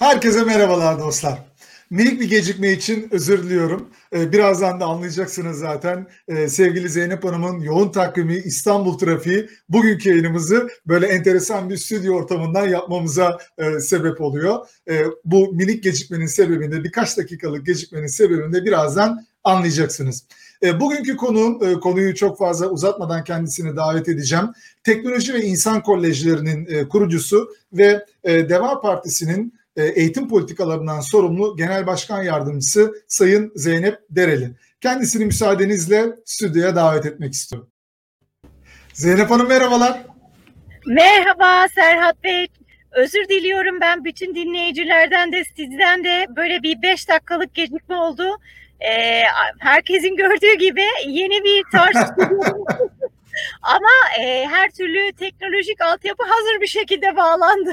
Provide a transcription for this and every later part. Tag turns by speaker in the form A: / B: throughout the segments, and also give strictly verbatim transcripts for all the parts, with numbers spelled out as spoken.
A: Herkese merhabalar dostlar. Minik bir gecikme için özür diliyorum. Ee, birazdan da anlayacaksınız zaten. Ee, sevgili Zeynep Hanım'ın yoğun takvimi, İstanbul trafiği bugünkü yayınımızı böyle enteresan bir stüdyo ortamından yapmamıza e, sebep oluyor. E, bu minik gecikmenin sebebini, birkaç dakikalık gecikmenin sebebini de birazdan anlayacaksınız. E, bugünkü konuğum, e, konuyu çok fazla uzatmadan kendisini davet edeceğim. Teknoloji ve İnsan Kolejlerinin e, kurucusu ve e, Deva Partisi'nin eğitim politikalarından sorumlu Genel Başkan Yardımcısı Sayın Zeynep Dereli. Kendisini müsaadenizle stüdyoya davet etmek istiyorum. Zeynep Hanım merhabalar.
B: Merhaba Serhat Bey. Özür diliyorum, ben bütün dinleyicilerden de sizden de böyle bir beş dakikalık gecikme oldu. Ee, herkesin gördüğü gibi yeni bir tarz ama e, her türlü teknolojik altyapı hazır bir şekilde bağlandım.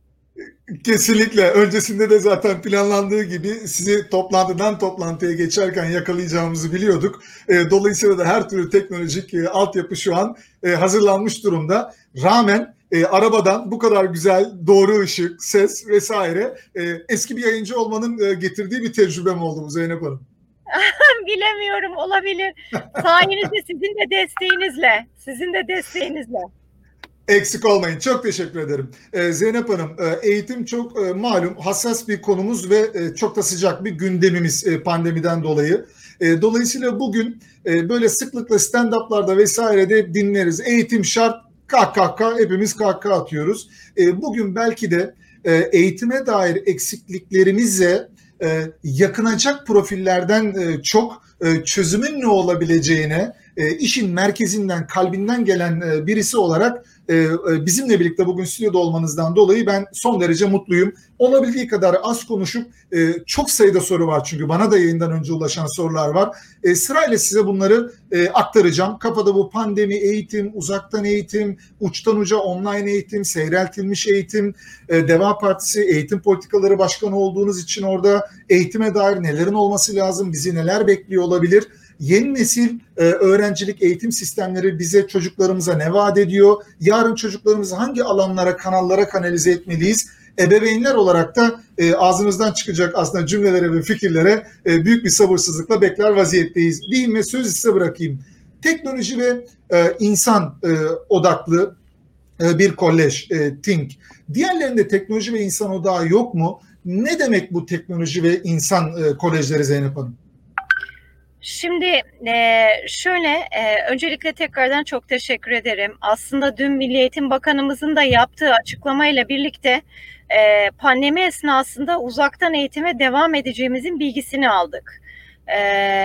A: Kesinlikle. Öncesinde de zaten planlandığı gibi sizi toplantıdan toplantıya geçerken yakalayacağımızı biliyorduk. Dolayısıyla da her türlü teknolojik altyapı şu an hazırlanmış durumda. Rağmen e, arabadan bu kadar güzel, doğru ışık, ses vesaire e, eski bir yayıncı olmanın e, getirdiği bir tecrübem oldu bu Zeynep Hanım.
B: Bilemiyorum, olabilir. Sayenizde, sizin de desteğinizle, sizin de desteğinizle.
A: Eksik olmayın. Çok teşekkür ederim. Ee, Zeynep Hanım, eğitim çok e, malum hassas bir konumuz ve e, çok da sıcak bir gündemimiz e, pandemiden dolayı. E, dolayısıyla bugün e, böyle sıklıkla stand-up'larda vesairede dinleriz. Eğitim şart, kah kah kah hepimiz kahkaha atıyoruz. E, bugün belki de e, eğitime dair eksikliklerimize e, yakınacak profillerden e, çok e, çözümün ne olabileceğine, e, işin merkezinden, kalbinden gelen e, birisi olarak e, bizimle birlikte bugün stüdyoda olmanızdan dolayı ben son derece mutluyum. Olabildiği kadar az konuşup e, çok sayıda soru var çünkü bana da yayından önce ulaşan sorular var. E, sırayla size bunları e, aktaracağım. Kafada bu pandemi, eğitim, uzaktan eğitim, uçtan uca online eğitim, seyreltilmiş eğitim, e, Deva Partisi Eğitim Politikaları Başkanı olduğunuz için orada eğitime dair nelerin olması lazım, bizi neler bekliyor olabilir? Yeni nesil e, öğrencilik eğitim sistemleri bize, çocuklarımıza ne vaat ediyor? Yarın çocuklarımızı hangi alanlara, kanallara kanalize etmeliyiz? Ebeveynler olarak da e, ağzınızdan çıkacak aslında cümlelere ve fikirlere e, büyük bir sabırsızlıkla bekler vaziyetteyiz. Diyeyim ve sözü size bırakayım. Teknoloji ve e, insan e, odaklı e, bir kolej, e, Think. Diğerlerinde teknoloji ve insan odağı yok mu? Ne demek bu teknoloji ve insan e, kolejleri Zeynep Hanım?
B: Şimdi e, şöyle, e, öncelikle tekrardan çok teşekkür ederim. Aslında dün Milli Eğitim Bakanımızın da yaptığı açıklamayla birlikte e, pandemi esnasında uzaktan eğitime devam edeceğimizin bilgisini aldık. E,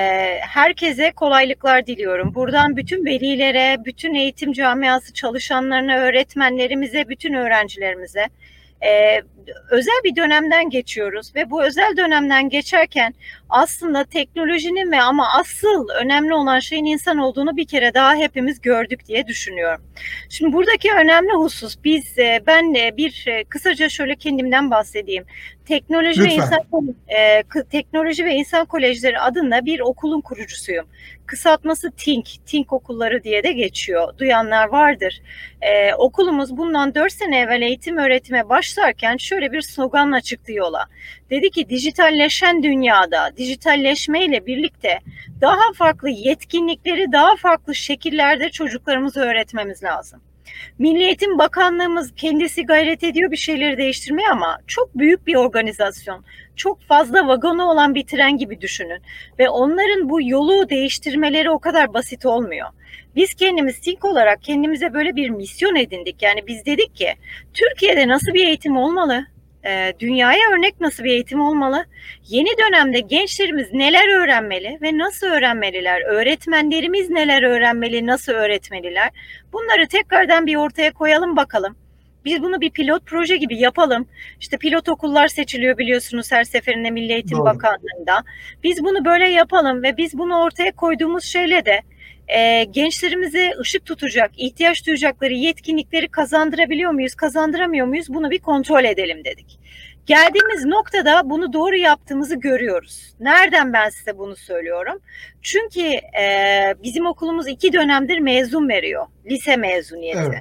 B: herkese kolaylıklar diliyorum. Buradan bütün velilere, bütün eğitim camiası çalışanlarına, öğretmenlerimize, bütün öğrencilerimize. Ee, özel bir dönemden geçiyoruz ve bu özel dönemden geçerken aslında teknolojinin ve ama asıl önemli olan şeyin insan olduğunu bir kere daha hepimiz gördük diye düşünüyorum. Şimdi buradaki önemli husus, biz ben bir kısaca şöyle kendimden bahsedeyim. Teknoloji
A: Lütfen.
B: ve insan e, Teknoloji ve İnsan Kolejleri adında bir okulun kurucusuyum. Kısaltması Think, Think okulları diye de geçiyor. Duyanlar vardır. Ee, okulumuz bundan dört sene evvel eğitim öğretime başlarken şöyle bir sloganla çıktı yola. Dedi ki dijitalleşen dünyada, dijitalleşmeyle birlikte daha farklı yetkinlikleri daha farklı şekillerde çocuklarımıza öğretmemiz lazım. Milli Eğitim Bakanlığımız kendisi gayret ediyor bir şeyleri değiştirmeye ama çok büyük bir organizasyon. Çok fazla vagonu olan bir tren gibi düşünün. Ve onların bu yolu değiştirmeleri o kadar basit olmuyor. Biz kendimiz Think olarak kendimize böyle bir misyon edindik. Yani biz dedik ki Türkiye'de nasıl bir eğitim olmalı? Dünyaya örnek nasıl bir eğitim olmalı? Yeni dönemde gençlerimiz neler öğrenmeli ve nasıl öğrenmeliler? Öğretmenlerimiz neler öğrenmeli, nasıl öğretmeliler? Bunları tekrardan bir ortaya koyalım bakalım. Biz bunu bir pilot proje gibi yapalım. İşte pilot okullar seçiliyor biliyorsunuz her seferinde Milli Eğitim Doğru. Bakanlığı'nda. Biz bunu böyle yapalım ve biz bunu ortaya koyduğumuz şeyle de e, gençlerimize ışık tutacak, ihtiyaç duyacakları yetkinlikleri kazandırabiliyor muyuz, kazandıramıyor muyuz? Bunu bir kontrol edelim dedik. Geldiğimiz noktada bunu doğru yaptığımızı görüyoruz. Nereden ben size bunu söylüyorum? Çünkü e, bizim okulumuz iki dönemdir mezun veriyor. Lise mezuniyeti. Evet.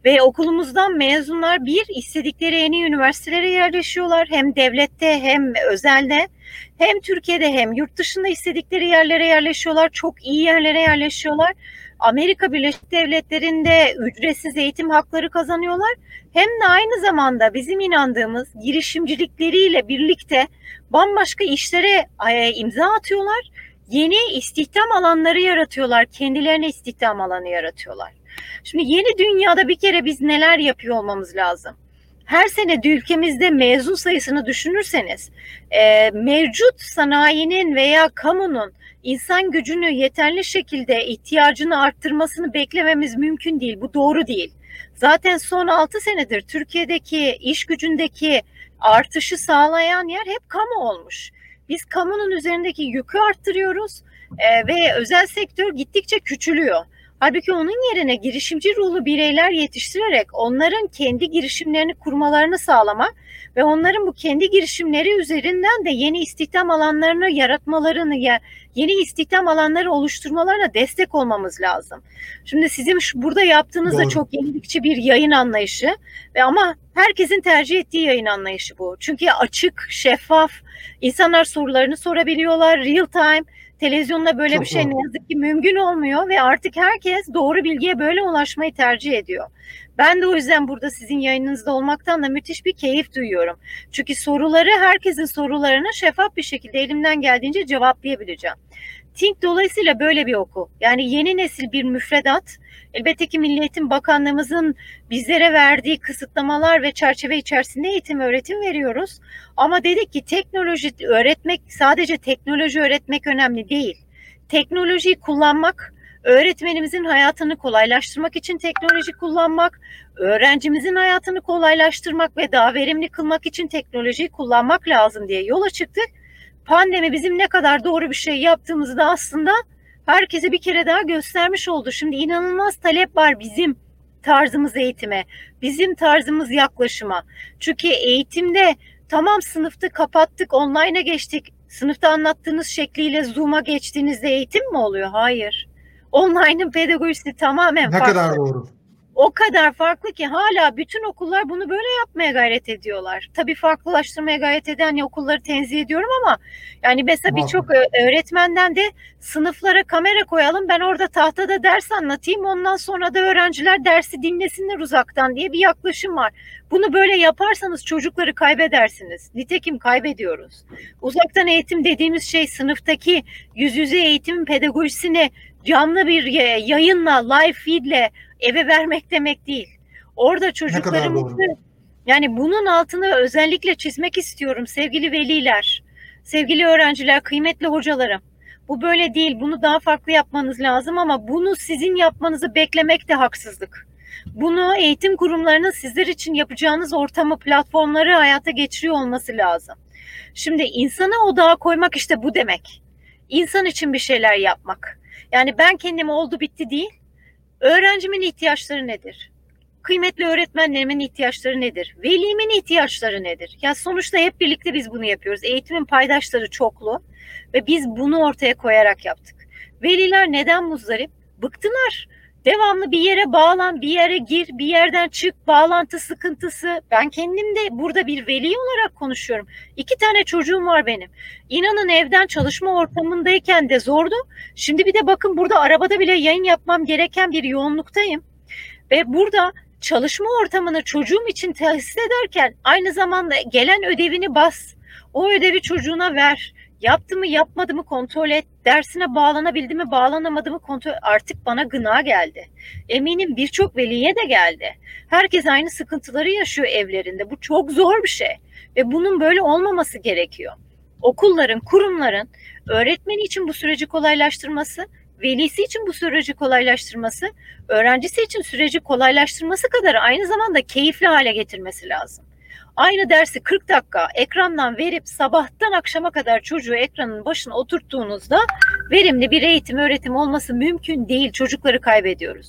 B: Ve okulumuzdan mezunlar bir istedikleri en iyi üniversitelere yerleşiyorlar. Hem devlette hem özelde, hem Türkiye'de hem yurt dışında istedikleri yerlere yerleşiyorlar. Çok iyi yerlere yerleşiyorlar. Amerika Birleşik Devletleri'nde ücretsiz eğitim hakları kazanıyorlar. Hem de aynı zamanda bizim inandığımız girişimcilikleriyle birlikte bambaşka işlere e, imza atıyorlar. Yeni istihdam alanları yaratıyorlar. Kendilerine istihdam alanı yaratıyorlar. Şimdi yeni dünyada bir kere biz neler yapıyor olmamız lazım? Her sene de ülkemizde mezun sayısını düşünürseniz e, mevcut sanayinin veya kamunun insan gücünü yeterli şekilde ihtiyacını arttırmasını beklememiz mümkün değil. Bu doğru değil. Zaten son altı senedir Türkiye'deki iş gücündeki artışı sağlayan yer hep kamu olmuş. Biz kamunun üzerindeki yükü arttırıyoruz e, ve özel sektör gittikçe küçülüyor. Halbuki onun yerine girişimci ruhlu bireyler yetiştirerek onların kendi girişimlerini kurmalarını sağlamak ve onların bu kendi girişimleri üzerinden de yeni istihdam alanlarını yaratmalarını, yeni istihdam alanları oluşturmalarına destek olmamız lazım. Şimdi sizin şu, burada yaptığınız da çok yenilikçi bir yayın anlayışı ve ama herkesin tercih ettiği yayın anlayışı bu. Çünkü açık, şeffaf, insanlar sorularını sorabiliyorlar, real time. Televizyonda böyle çok bir şey doğru. Ne yazık ki mümkün olmuyor ve artık herkes doğru bilgiye böyle ulaşmayı tercih ediyor. Ben de o yüzden burada sizin yayınınızda olmaktan da müthiş bir keyif duyuyorum. Çünkü soruları, herkesin sorularına şeffaf bir şekilde elimden geldiğince cevaplayabileceğim. Think dolayısıyla böyle bir okul. Yani yeni nesil bir müfredat. Elbette ki Milli Eğitim Bakanlığımızın bizlere verdiği kısıtlamalar ve çerçeve içerisinde eğitim öğretim veriyoruz. Ama dedik ki teknoloji öğretmek, sadece teknoloji öğretmek önemli değil. Teknolojiyi kullanmak, öğretmenimizin hayatını kolaylaştırmak için teknoloji kullanmak, öğrencimizin hayatını kolaylaştırmak ve daha verimli kılmak için teknolojiyi kullanmak lazım diye yola çıktık. Pandemi bizim ne kadar doğru bir şey yaptığımızı da aslında herkese bir kere daha göstermiş oldu. Şimdi inanılmaz talep var bizim tarzımız eğitime, bizim tarzımız yaklaşıma. Çünkü eğitimde tamam sınıfta kapattık, online'a geçtik. Sınıfta anlattığınız şekliyle Zoom'a geçtiğinizde eğitim mi oluyor? Hayır. Online'ın pedagojisi tamamen
A: ne
B: farklı.
A: Ne kadar doğru.
B: O kadar farklı ki hala bütün okullar bunu böyle yapmaya gayret ediyorlar. Tabii farklılaştırmaya gayret eden okulları tenzih ediyorum ama yani mesela birçok öğretmenden de sınıflara kamera koyalım, ben orada tahtada ders anlatayım, ondan sonra da öğrenciler dersi dinlesinler uzaktan diye bir yaklaşım var. Bunu böyle yaparsanız çocukları kaybedersiniz. Nitekim kaybediyoruz. Uzaktan eğitim dediğimiz şey sınıftaki yüz yüze eğitimin pedagojisini canlı bir yayınla, live feedle eve vermek demek değil. Orada çocuklarımızı, yani bunun altını özellikle çizmek istiyorum sevgili veliler, sevgili öğrenciler, kıymetli hocalarım. Bu böyle değil, bunu daha farklı yapmanız lazım ama bunu sizin yapmanızı beklemek de haksızlık. Bunu eğitim kurumlarının sizler için yapacağınız ortamı, platformları hayata geçiriyor olması lazım. Şimdi insana odağa koymak işte bu demek. İnsan için bir şeyler yapmak. Yani ben kendim oldu bitti değil, öğrencimin ihtiyaçları nedir? Kıymetli öğretmenlerimin ihtiyaçları nedir? Velimin ihtiyaçları nedir? Ya sonuçta hep birlikte biz bunu yapıyoruz. Eğitimin paydaşları çoklu ve biz bunu ortaya koyarak yaptık. Veliler neden muzdarip? Bıktılar. Devamlı bir yere bağlan, bir yere gir, bir yerden çık, bağlantı sıkıntısı. Ben kendim de burada bir veli olarak konuşuyorum. İki tane çocuğum var benim. İnanın evden çalışma ortamındayken de zordu. Şimdi bir de bakın burada arabada bile yayın yapmam gereken bir yoğunluktayım. Ve burada çalışma ortamını çocuğum için tesis ederken aynı zamanda gelen ödevini bas. O ödevi çocuğuna ver. Yaptı mı yapmadı mı kontrol et. Dersine bağlanabildi mi bağlanamadı mı kontrol. Artık bana gına geldi. Eminim birçok veliye de geldi. Herkes aynı sıkıntıları yaşıyor evlerinde. Bu çok zor bir şey. Ve bunun böyle olmaması gerekiyor. Okulların, kurumların öğretmeni için bu süreci kolaylaştırması, velisi için bu süreci kolaylaştırması, öğrencisi için süreci kolaylaştırması kadar aynı zamanda keyifli hale getirmesi lazım. Aynı dersi kırk dakika ekrandan verip sabahtan akşama kadar çocuğu ekranın başına oturttuğunuzda verimli bir eğitim öğretim olması mümkün değil. Çocukları kaybediyoruz.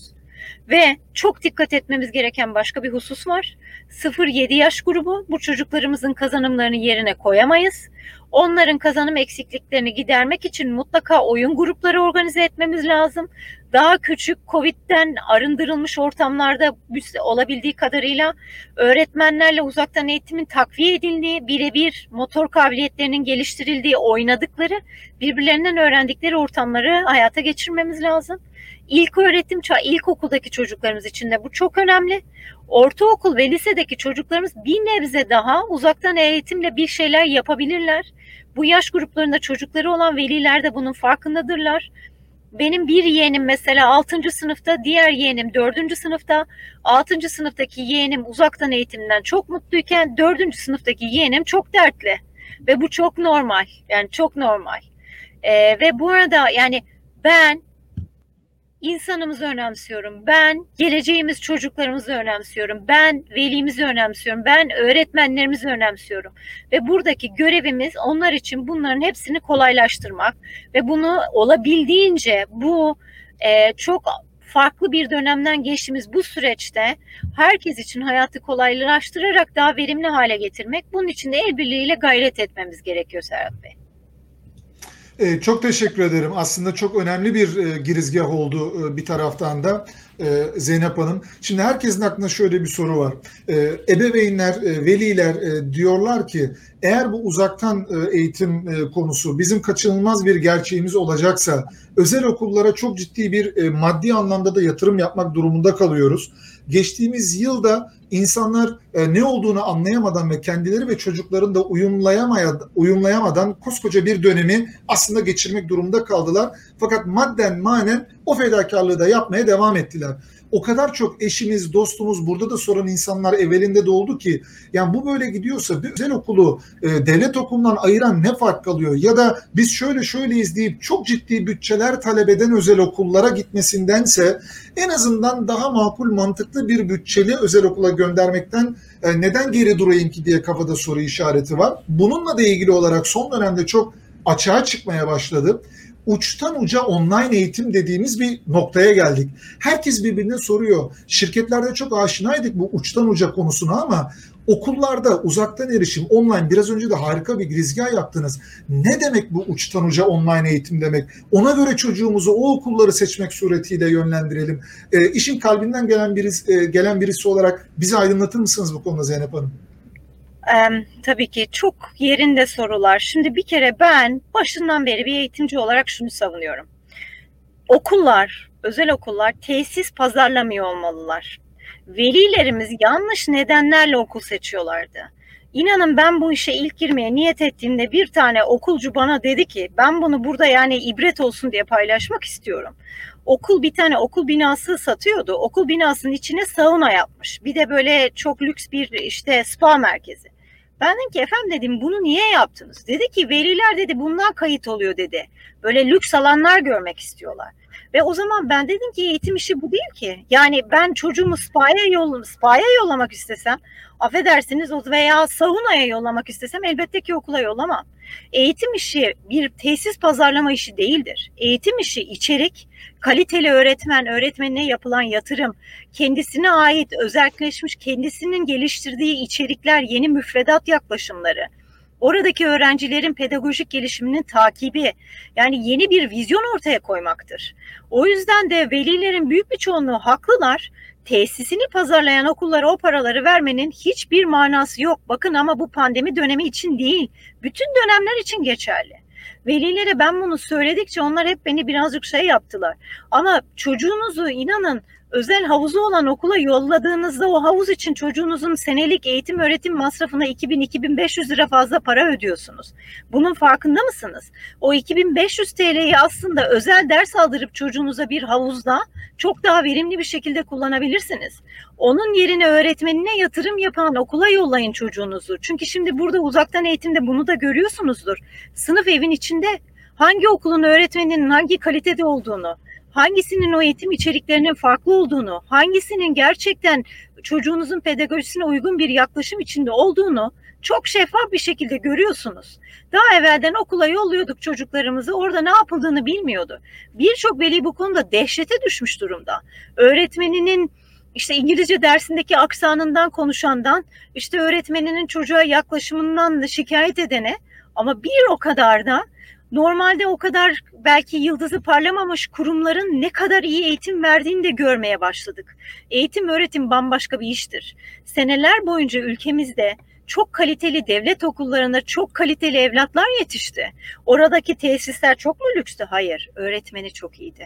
B: Ve çok dikkat etmemiz gereken başka bir husus var. sıfır yedi yaş grubu, bu çocuklarımızın kazanımlarını yerine koyamayız. Onların kazanım eksikliklerini gidermek için mutlaka oyun grupları organize etmemiz lazım. Daha küçük, Covid'den arındırılmış ortamlarda olabildiği kadarıyla öğretmenlerle uzaktan eğitimin takviye edildiği, birebir motor kabiliyetlerinin geliştirildiği, oynadıkları, birbirlerinden öğrendikleri ortamları hayata geçirmemiz lazım. İlk öğretim, ilkokuldaki çocuklarımız için de bu çok önemli. Ortaokul ve lisedeki çocuklarımız bir nebze daha uzaktan eğitimle bir şeyler yapabilirler. Bu yaş gruplarında çocukları olan veliler de bunun farkındadırlar. Benim bir yeğenim mesela altıncı sınıfta, diğer yeğenim dördüncü sınıfta. altıncı sınıftaki yeğenim uzaktan eğitimden çok mutluyken dördüncü sınıftaki yeğenim çok dertli. Ve bu çok normal. Yani çok normal. Ee, ve bu arada yani ben İnsanımızı önemsiyorum. Ben geleceğimiz çocuklarımızı önemsiyorum. Ben velimizi önemsiyorum. Ben öğretmenlerimizi önemsiyorum. Ve buradaki görevimiz onlar için bunların hepsini kolaylaştırmak ve bunu olabildiğince bu e, çok farklı bir dönemden geçtiğimiz bu süreçte herkes için hayatı kolaylaştırarak daha verimli hale getirmek. Bunun için de el birliğiyle gayret etmemiz gerekiyor Serhat Bey.
A: Ee, çok teşekkür ederim. Aslında çok önemli bir e, girizgah oldu e, bir taraftan da e, Zeynep Hanım. Şimdi herkesin aklında şöyle bir soru var. E, ebeveynler, e, veliler e, diyorlar ki eğer bu uzaktan e, eğitim e, konusu bizim kaçınılmaz bir gerçeğimiz olacaksa özel okullara çok ciddi bir e, maddi anlamda da yatırım yapmak durumunda kalıyoruz. Geçtiğimiz yılda insanlar e, ne olduğunu anlayamadan ve kendileri ve çocukların da uyumlayamadan, uyumlayamadan koskoca bir dönemi aslında geçirmek durumunda kaldılar. Fakat madden manen o fedakarlığı da yapmaya devam ettiler. O kadar çok eşimiz, dostumuz, burada da soran insanlar evvelinde de oldu ki yani bu böyle gidiyorsa bir özel okulu e, devlet okulundan ayıran ne fark kalıyor? Ya da biz şöyle şöyleyiz deyip çok ciddi bütçeler talep eden özel okullara gitmesindense en azından daha makul, mantıklı bir bütçeli özel okula göndermekten e, neden geri durayım ki diye kafada soru işareti var. Bununla da ilgili olarak son dönemde çok açığa çıkmaya başladı. Uçtan uca online eğitim dediğimiz bir noktaya geldik. Herkes birbirine soruyor. Şirketlerde çok aşinaydık bu uçtan uca konusuna ama okullarda uzaktan erişim online, biraz önce de harika bir girizgah yaptınız. Ne demek bu uçtan uca online eğitim demek? Ona göre çocuğumuzu o okulları seçmek suretiyle yönlendirelim. E, işin kalbinden gelen birisi, e, gelen birisi olarak bizi aydınlatır mısınız bu konuda Zeynep Hanım?
B: Ee, tabii ki çok yerinde sorular. Şimdi bir kere ben başından beri bir eğitimci olarak şunu savunuyorum. Okullar, özel okullar tesis pazarlamıyor olmalılar. Velilerimiz yanlış nedenlerle okul seçiyorlardı. İnanın ben bu işe ilk girmeye niyet ettiğimde bir tane okulcu bana dedi ki ben bunu burada yani ibret olsun diye paylaşmak istiyorum. Okul bir tane okul binası satıyordu. Okul binasının içine sauna yapmış. Bir de böyle çok lüks bir işte spa merkezi. Ben dedim ki efendim dedim bunu niye yaptınız? Dedi ki veliler dedi bundan kayıt oluyor dedi. Böyle lüks alanlar görmek istiyorlar. Ve o zaman ben dedim ki eğitim işi bu değil ki. Yani ben çocuğumu spa'ya yollam, spa'ya yollamak istesem, affedersiniz veya saunaya yollamak istesem elbette ki okula yollamam. Eğitim işi bir tesis pazarlama işi değildir. Eğitim işi içerik, kaliteli öğretmen, öğretmenine yapılan yatırım, kendisine ait özelleşmiş, kendisinin geliştirdiği içerikler, yeni müfredat yaklaşımları, oradaki öğrencilerin pedagojik gelişiminin takibi, yani yeni bir vizyon ortaya koymaktır. O yüzden de velilerin büyük bir çoğunluğu haklılar. Tesisini pazarlayan okullara o paraları vermenin hiçbir manası yok. Bakın ama bu pandemi dönemi için değil, bütün dönemler için geçerli. Velilere ben bunu söyledikçe onlar hep beni birazcık şey yaptılar. Ama çocuğunuzu inanın özel havuzu olan okula yolladığınızda o havuz için çocuğunuzun senelik eğitim öğretim masrafına iki bin iki bin beş yüz lira fazla para ödüyorsunuz. Bunun farkında mısınız? O iki bin beş yüz T L'yi aslında özel ders aldırıp çocuğunuza bir havuzda çok daha verimli bir şekilde kullanabilirsiniz. Onun yerine öğretmenine yatırım yapan okula yollayın çocuğunuzu. Çünkü şimdi burada uzaktan eğitimde bunu da görüyorsunuzdur. Sınıf evin içinde hangi okulun öğretmeninin hangi kalitede olduğunu, hangisinin o eğitim içeriklerinin farklı olduğunu, hangisinin gerçekten çocuğunuzun pedagojisine uygun bir yaklaşım içinde olduğunu Çok şeffaf bir şekilde görüyorsunuz. Daha evvelden okula yolluyorduk çocuklarımızı, orada ne yapıldığını bilmiyordu. Birçok veli bu konuda dehşete düşmüş durumda. Öğretmeninin işte İngilizce dersindeki aksanından konuşandan, işte öğretmeninin çocuğa yaklaşımından şikayet edene, ama bir o kadar da normalde o kadar belki yıldızı parlamamış kurumların ne kadar iyi eğitim verdiğini de görmeye başladık. Eğitim öğretim bambaşka bir iştir. Seneler boyunca ülkemizde çok kaliteli devlet okullarında çok kaliteli evlatlar yetişti. Oradaki tesisler çok mu lükstü? Hayır. Öğretmeni çok iyiydi.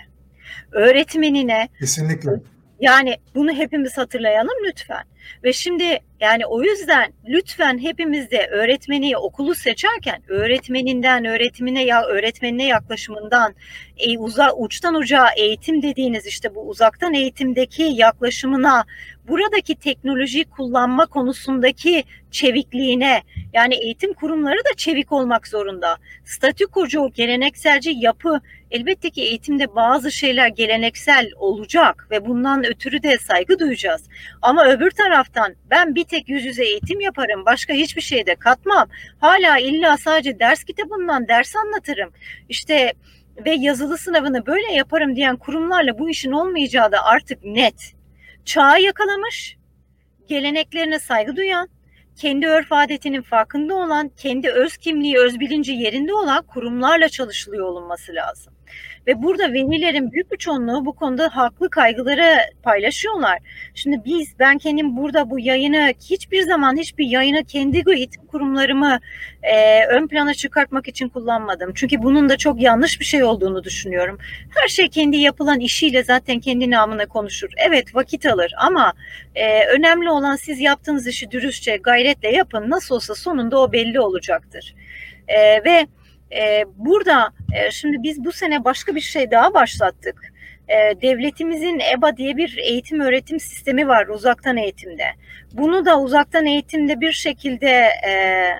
B: Öğretmenine
A: Kesinlikle.
B: Yani bunu hepimiz hatırlayalım lütfen. Ve şimdi yani o yüzden lütfen hepimiz de öğretmeni, okulu seçerken öğretmeninden, öğretimine ya öğretmenine yaklaşımından, e, uza, uçtan uca eğitim dediğiniz işte bu uzaktan eğitimdeki yaklaşımına, buradaki teknolojiyi kullanma konusundaki çevikliğine, yani eğitim kurumları da çevik olmak zorunda. Statükocu, gelenekselci yapı, elbette ki eğitimde bazı şeyler geleneksel olacak ve bundan ötürü de saygı duyacağız. Ama öbür taraftan ben bir tek yüz yüze eğitim yaparım, başka hiçbir şey de katmam. Hala illa sadece ders kitabından ders anlatırım. İşte ve yazılı sınavını böyle yaparım diyen kurumlarla bu işin olmayacağı da artık net. Çağı yakalamış, geleneklerine saygı duyan, kendi örf adetinin farkında olan, kendi öz kimliği, öz bilinci yerinde olan kurumlarla çalışılıyor olunması lazım. Ve burada velilerin büyük bir çoğunluğu bu konuda haklı kaygıları paylaşıyorlar. Şimdi biz, ben kendim burada bu yayını hiçbir zaman hiçbir yayını kendi eğitim kurumlarımı e, ön plana çıkartmak için kullanmadım. Çünkü bunun da çok yanlış bir şey olduğunu düşünüyorum. Her şey kendi yapılan işiyle zaten kendi namına konuşur. Evet, vakit alır ama e, önemli olan siz yaptığınız işi dürüstçe, gayretle yapın. Nasıl olsa sonunda o belli olacaktır. E, ve Ee, burada e, şimdi biz bu sene başka bir şey daha başlattık. Ee, devletimizin E B A diye bir eğitim öğretim sistemi var uzaktan eğitimde. Bunu da uzaktan eğitimde bir şekilde e,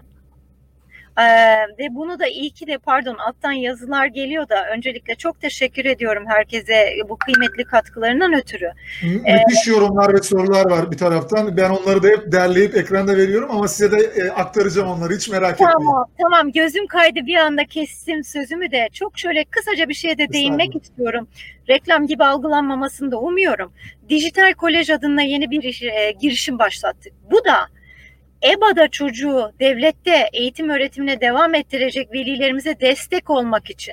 B: ee, ve bunu da iyi ki de pardon alttan yazılar geliyor da öncelikle çok teşekkür ediyorum herkese bu kıymetli katkılarından ötürü.
A: Müthiş ee, yorumlar ve sorular var bir taraftan. Ben onları da hep derleyip ekranda veriyorum ama size de e, aktaracağım onları, hiç merak
B: tamam,
A: etmeyin.
B: Tamam tamam gözüm kaydı bir anda, kestim sözümü de. Çok şöyle kısaca bir şeye de değinmek istiyorum. Reklam gibi algılanmamasını da umuyorum. Dijital Kolej adına yeni bir e, girişim başlattık. Bu da E B A'da çocuğu devlette eğitim öğretimine devam ettirecek velilerimize destek olmak için.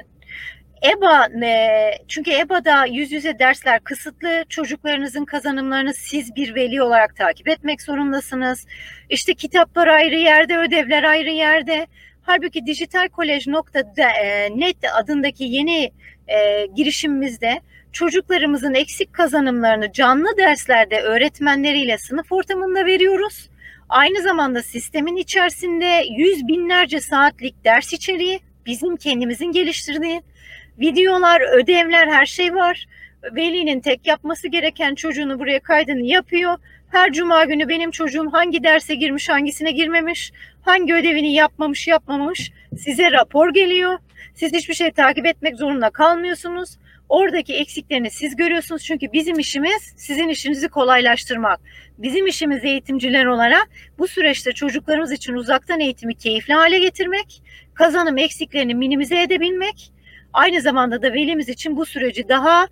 B: E B A, çünkü E B A'da yüz yüze dersler kısıtlı. Çocuklarınızın kazanımlarını siz bir veli olarak takip etmek zorundasınız. İşte kitaplar ayrı yerde, ödevler ayrı yerde. Halbuki dijitalkolej nokta net adındaki yeni e, girişimimizde çocuklarımızın eksik kazanımlarını canlı derslerde öğretmenleriyle sınıf ortamında veriyoruz. Aynı zamanda sistemin içerisinde yüz binlerce saatlik ders içeriği, bizim kendimizin geliştirdiği videolar, ödevler, her şey var. Velinin tek yapması gereken çocuğunu buraya kaydını yapıyor. Her cuma günü benim çocuğum hangi derse girmiş, hangisine girmemiş, hangi ödevini yapmamış, yapmamış size rapor geliyor. Siz hiçbir şey takip etmek zorunda kalmıyorsunuz. Oradaki eksiklerini siz görüyorsunuz. Çünkü bizim işimiz sizin işinizi kolaylaştırmak. Bizim işimiz eğitimciler olarak bu süreçte çocuklarımız için uzaktan eğitimi keyifli hale getirmek, kazanım eksiklerini minimize edebilmek, aynı zamanda da velimiz için bu süreci daha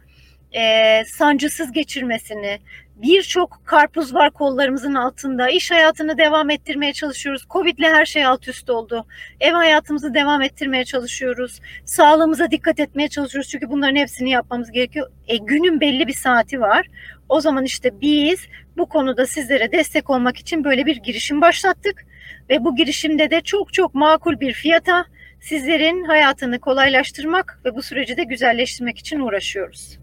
B: e, sancısız geçirmesini, birçok karpuz var kollarımızın altında, iş hayatını devam ettirmeye çalışıyoruz. Covid'le her şey alt üst oldu. Ev hayatımızı devam ettirmeye çalışıyoruz. Sağlığımıza dikkat etmeye çalışıyoruz. Çünkü bunların hepsini yapmamız gerekiyor. E, günün belli bir saati var. O zaman işte biz bu konuda sizlere destek olmak için böyle bir girişim başlattık. Ve bu girişimde de çok çok makul bir fiyata sizlerin hayatını kolaylaştırmak ve bu süreci de güzelleştirmek için uğraşıyoruz.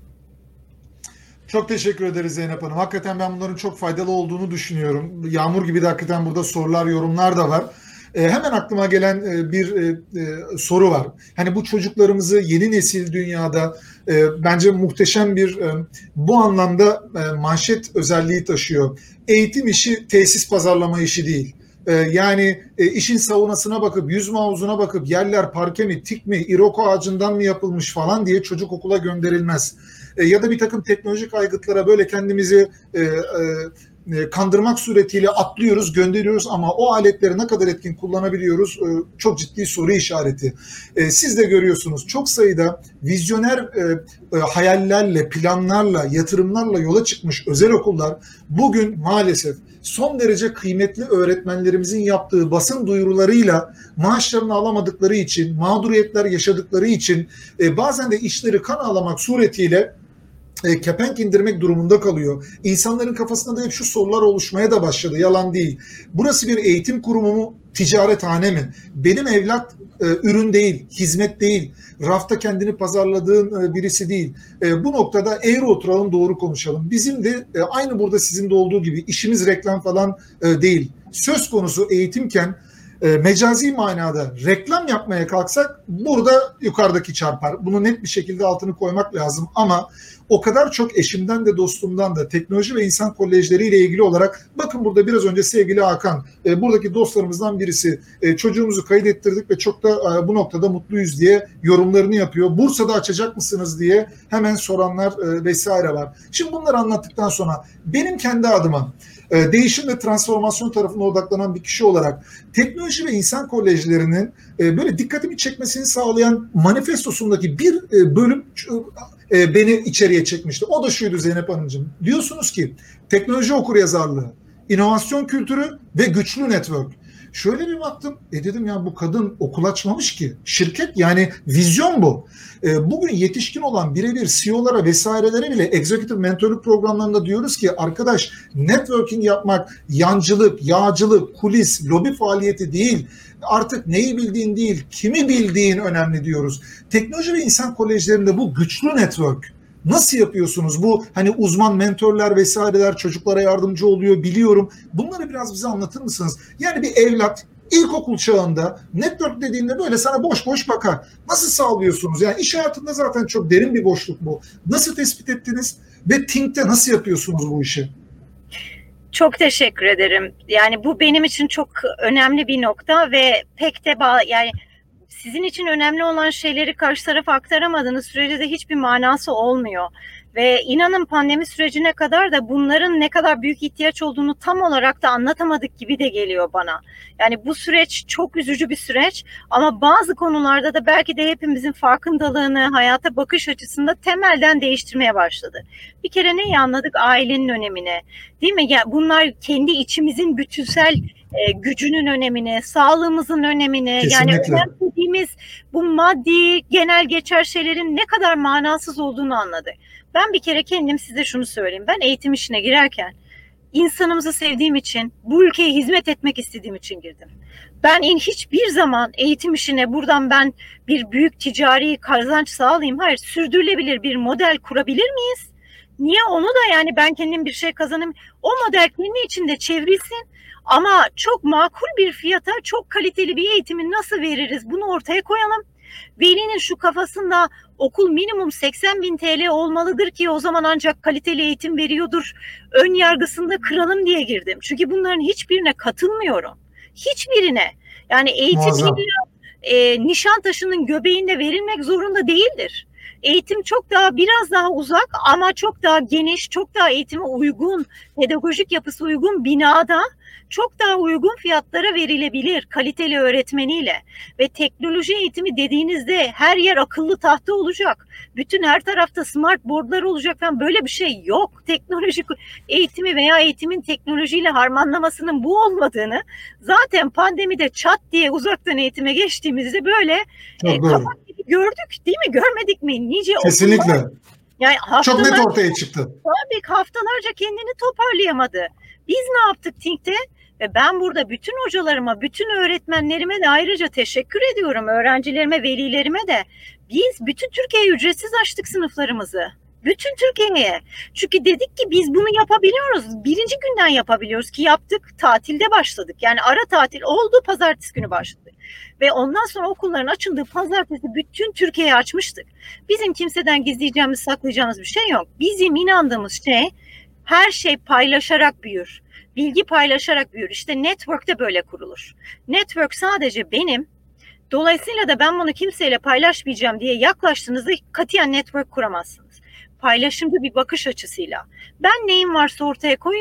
A: Çok teşekkür ederiz Zeynep Hanım. Hakikaten ben bunların çok faydalı olduğunu düşünüyorum. Yağmur gibi de hakikaten burada sorular, yorumlar da var. E, hemen aklıma gelen e, bir e, e, soru var. Hani bu çocuklarımızı yeni nesil dünyada e, bence muhteşem bir e, bu anlamda e, manşet özelliği taşıyor. Eğitim işi tesis pazarlama işi değil. Yani işin savunasına bakıp, yüzme havuzuna bakıp yerler parke mi, tik mi, iroko ağacından mı yapılmış falan diye çocuk okula gönderilmez. Ya da bir takım teknolojik aygıtlara böyle kendimizi e, kandırmak suretiyle atlıyoruz, gönderiyoruz ama o aletleri ne kadar etkin kullanabiliyoruz? E, çok ciddi soru işareti. E, siz de görüyorsunuz çok sayıda vizyoner e, e, hayallerle, planlarla, yatırımlarla yola çıkmış özel okullar bugün maalesef son derece kıymetli öğretmenlerimizin yaptığı basın duyurularıyla maaşlarını alamadıkları için, mağduriyetler yaşadıkları için e, bazen de işleri kan ağlamak suretiyle e, kepenk indirmek durumunda kalıyor. İnsanların kafasında da hep şu sorular oluşmaya da başladı. Yalan değil. Burası bir eğitim kurumu mu, ticarethane mi? Benim evlat e, ürün değil, hizmet değil. Rafta kendini pazarladığın e, birisi değil. E, bu noktada eğri oturalım, doğru konuşalım. Bizim de e, aynı burada sizin de olduğu gibi işimiz reklam falan e, değil. Söz konusu eğitimken e, mecazi manada reklam yapmaya kalksak burada yukarıdaki çarpar. Bunu net bir şekilde altını koymak lazım ama o kadar çok eşimden de dostumdan da teknoloji ve insan kolejleriyle ilgili olarak bakın burada biraz önce sevgili Hakan e, buradaki dostlarımızdan birisi e, çocuğumuzu kaydettirdik ve çok da e, bu noktada mutluyuz diye yorumlarını yapıyor. Bursa'da açacak mısınız diye hemen soranlar e, vesaire var. Şimdi bunları anlattıktan sonra benim kendi adıma e, değişim ve transformasyon tarafına odaklanan bir kişi olarak teknoloji ve insan kolejlerinin e, böyle dikkatimi çekmesini sağlayan manifestosundaki bir e, bölüm e, beni içeriye çekmişti. O da şuydu Zeynep Hanımcığım. Diyorsunuz ki teknoloji okuryazarlığı, inovasyon kültürü ve güçlü network. Şöyle bir baktım, e dedim ya bu kadın okul açmamış ki. Şirket yani vizyon bu. E, bugün yetişkin olan birebir C E O'lara vesairelere bile executive mentorluk programlarında diyoruz ki arkadaş networking yapmak yancılık, yağcılık, kulis, lobi faaliyeti değil. Artık neyi bildiğin değil, kimi bildiğin önemli diyoruz. Teknoloji ve insan kolejlerinde bu güçlü network nasıl yapıyorsunuz? Bu hani uzman mentorlar vesaireler çocuklara yardımcı oluyor biliyorum. Bunları biraz bize anlatır mısınız? Yani bir evlat ilkokul çağında network dediğinde böyle sana boş boş bakar. Nasıl sağlıyorsunuz? Yani iş hayatında zaten çok derin bir boşluk bu. Nasıl tespit ettiniz? Ve Think'te nasıl yapıyorsunuz bu işi?
B: Çok teşekkür ederim. Yani bu benim için çok önemli bir nokta ve pek de bağ, yani sizin için önemli olan şeyleri karşı tarafa aktaramadığınız sürece de hiçbir manası olmuyor. Ve inanın pandemi sürecine kadar da bunların ne kadar büyük ihtiyaç olduğunu tam olarak da anlatamadık gibi de geliyor bana. Yani bu süreç çok üzücü bir süreç ama bazı konularda da belki de hepimizin farkındalığını, hayata bakış açısında temelden değiştirmeye başladı. Bir kere neyi anladık? Ailenin önemine, değil mi? Yani bunlar kendi içimizin bütünsel e, gücünün önemine, sağlığımızın önemine,
A: Kesinlikle.
B: yani önemsediğimiz bu maddi genel geçer şeylerin ne kadar manasız olduğunu anladık. Ben bir kere kendim size şunu söyleyeyim. Ben eğitim işine girerken insanımızı sevdiğim için, bu ülkeye hizmet etmek istediğim için girdim. Ben in hiçbir zaman eğitim işine buradan ben bir büyük ticari kazanç sağlayayım. Hayır, sürdürülebilir bir model kurabilir miyiz? Niye onu da yani ben kendim bir şey kazanayım. O model kendi içinde çevrilsin ama çok makul bir fiyata çok kaliteli bir eğitimi nasıl veririz? Bunu ortaya koyalım. Velinin şu kafasında okul minimum seksen bin T L olmalıdır ki o zaman ancak kaliteli eğitim veriyordur. Ön yargısında kıralım diye girdim. Çünkü bunların hiçbirine katılmıyorum. Hiçbirine. Yani eğitim illa e, Nişantaşı'nın göbeğinde verilmek zorunda değildir. Eğitim çok daha biraz daha uzak ama çok daha geniş, çok daha eğitime uygun, pedagojik yapısı uygun binada çok daha uygun fiyatlara verilebilir kaliteli öğretmeniyle. Ve teknoloji eğitimi dediğinizde her yer akıllı tahta olacak. Bütün her tarafta smart boardlar olacak falan, böyle bir şey yok. Teknolojik eğitimi veya eğitimin teknolojiyle harmanlamasının bu olmadığını zaten pandemide çat diye uzaktan eğitime geçtiğimizde böyle e, kapak gibi gördük değil mi? Görmedik mi? Nice
A: Kesinlikle.
B: Okullar, yani
A: çok net ortaya çıktı.
B: Tabii haftalarca kendini toparlayamadı. Biz ne yaptık Think'te? Ve ben burada bütün hocalarıma, bütün öğretmenlerime de ayrıca teşekkür ediyorum. Öğrencilerime, velilerime de. Biz bütün Türkiye'ye ücretsiz açtık sınıflarımızı. Bütün Türkiye'ye. Çünkü dedik ki biz bunu yapabiliyoruz. Birinci günden yapabiliyoruz ki yaptık. Tatilde başladık. Yani ara tatil oldu, pazartesi günü başladık. Ve ondan sonra okulların açıldığı pazartesi bütün Türkiye'ye açmıştık. Bizim kimseden gizleyeceğimiz, saklayacağımız bir şey yok. Bizim inandığımız şey her şey paylaşarak büyür. Bilgi paylaşarak büyür. İşte network de böyle kurulur. Network sadece benim. Dolayısıyla da ben bunu kimseyle paylaşmayacağım diye yaklaştığınızda katiyen network kuramazsınız. Paylaşımcı bir bakış açısıyla. Ben neyim varsa ortaya koyuyorum.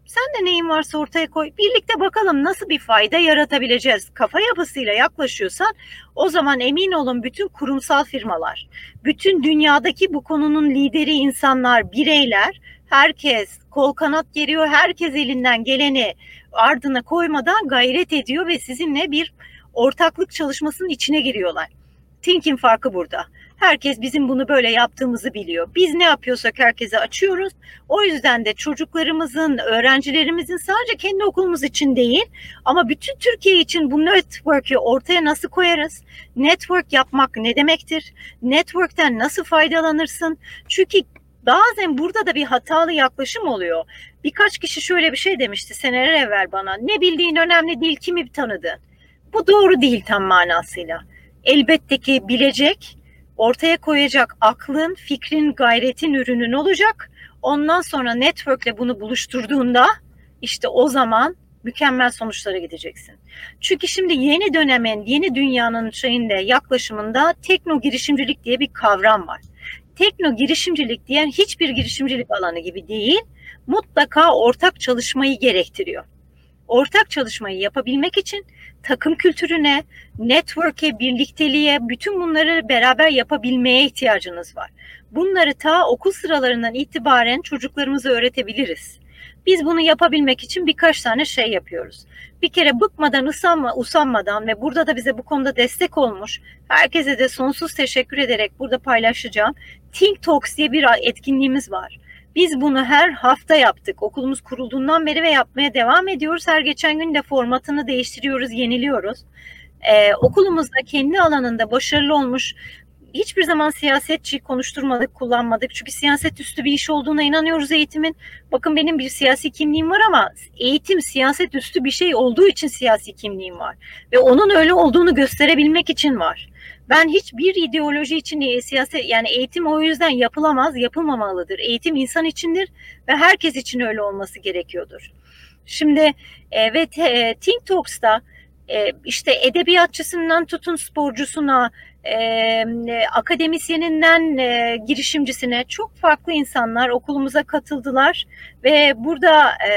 B: Sen de neyin varsa ortaya koy. Birlikte bakalım nasıl bir fayda yaratabileceğiz. Kafa yapısıyla yaklaşıyorsan o zaman emin olun bütün kurumsal firmalar, bütün dünyadaki bu konunun lideri insanlar, bireyler, herkes kol kanat geriyor, herkes elinden geleni ardına koymadan gayret ediyor ve sizinle bir ortaklık çalışmasının içine giriyorlar. Think'in farkı burada. Herkes bizim bunu böyle yaptığımızı biliyor. Biz ne yapıyorsak herkese açıyoruz. O yüzden de çocuklarımızın, öğrencilerimizin sadece kendi okulumuz için değil ama bütün Türkiye için bu network'ü ortaya nasıl koyarız? Network yapmak ne demektir? Network'ten nasıl faydalanırsın? Çünkü bazen burada da bir hatalı yaklaşım oluyor. Birkaç kişi şöyle bir şey demişti seneler evvel bana. Ne bildiğin önemli değil, kimi tanıdın. Bu doğru değil tam manasıyla. Elbette ki bilecek, ortaya koyacak aklın, fikrin, gayretin ürünün olacak. Ondan sonra network'le bunu buluşturduğunda işte o zaman mükemmel sonuçlara gideceksin. Çünkü şimdi yeni dönemin, yeni dünyanın şeyinde, yaklaşımında tekno girişimcilik diye bir kavram var. Tekno girişimcilik diyen hiçbir girişimcilik alanı gibi değil, mutlaka ortak çalışmayı gerektiriyor. Ortak çalışmayı yapabilmek için takım kültürüne, network'e, birlikteliğe, bütün bunları beraber yapabilmeye ihtiyacınız var. Bunları ta okul sıralarından itibaren çocuklarımıza öğretebiliriz. Biz bunu yapabilmek için birkaç tane şey yapıyoruz. Bir kere bıkmadan, usanma, usanmadan ve burada da bize bu konuda destek olmuş, herkese de sonsuz teşekkür ederek burada paylaşacağım Think Talks diye bir etkinliğimiz var. Biz bunu her hafta yaptık. Okulumuz kurulduğundan beri ve yapmaya devam ediyoruz. Her geçen gün de formatını değiştiriyoruz, yeniliyoruz. Ee, okulumuzda kendi alanında başarılı olmuş, hiçbir zaman siyasetçi konuşturmadık, kullanmadık. Çünkü siyaset üstü bir iş olduğuna inanıyoruz eğitimin. Bakın benim bir siyasi kimliğim var ama eğitim siyaset üstü bir şey olduğu için siyasi kimliğim var. Ve onun öyle olduğunu gösterebilmek için var. Ben hiçbir ideoloji için siyaset, yani eğitim o yüzden yapılamaz, yapılmamalıdır. Eğitim insan içindir ve herkes için öyle olması gerekiyordur. Şimdi evet, Think Talks'ta işte edebiyatçısından tutun sporcusuna, e, akademisyeninden e, girişimcisine çok farklı insanlar okulumuza katıldılar ve burada e,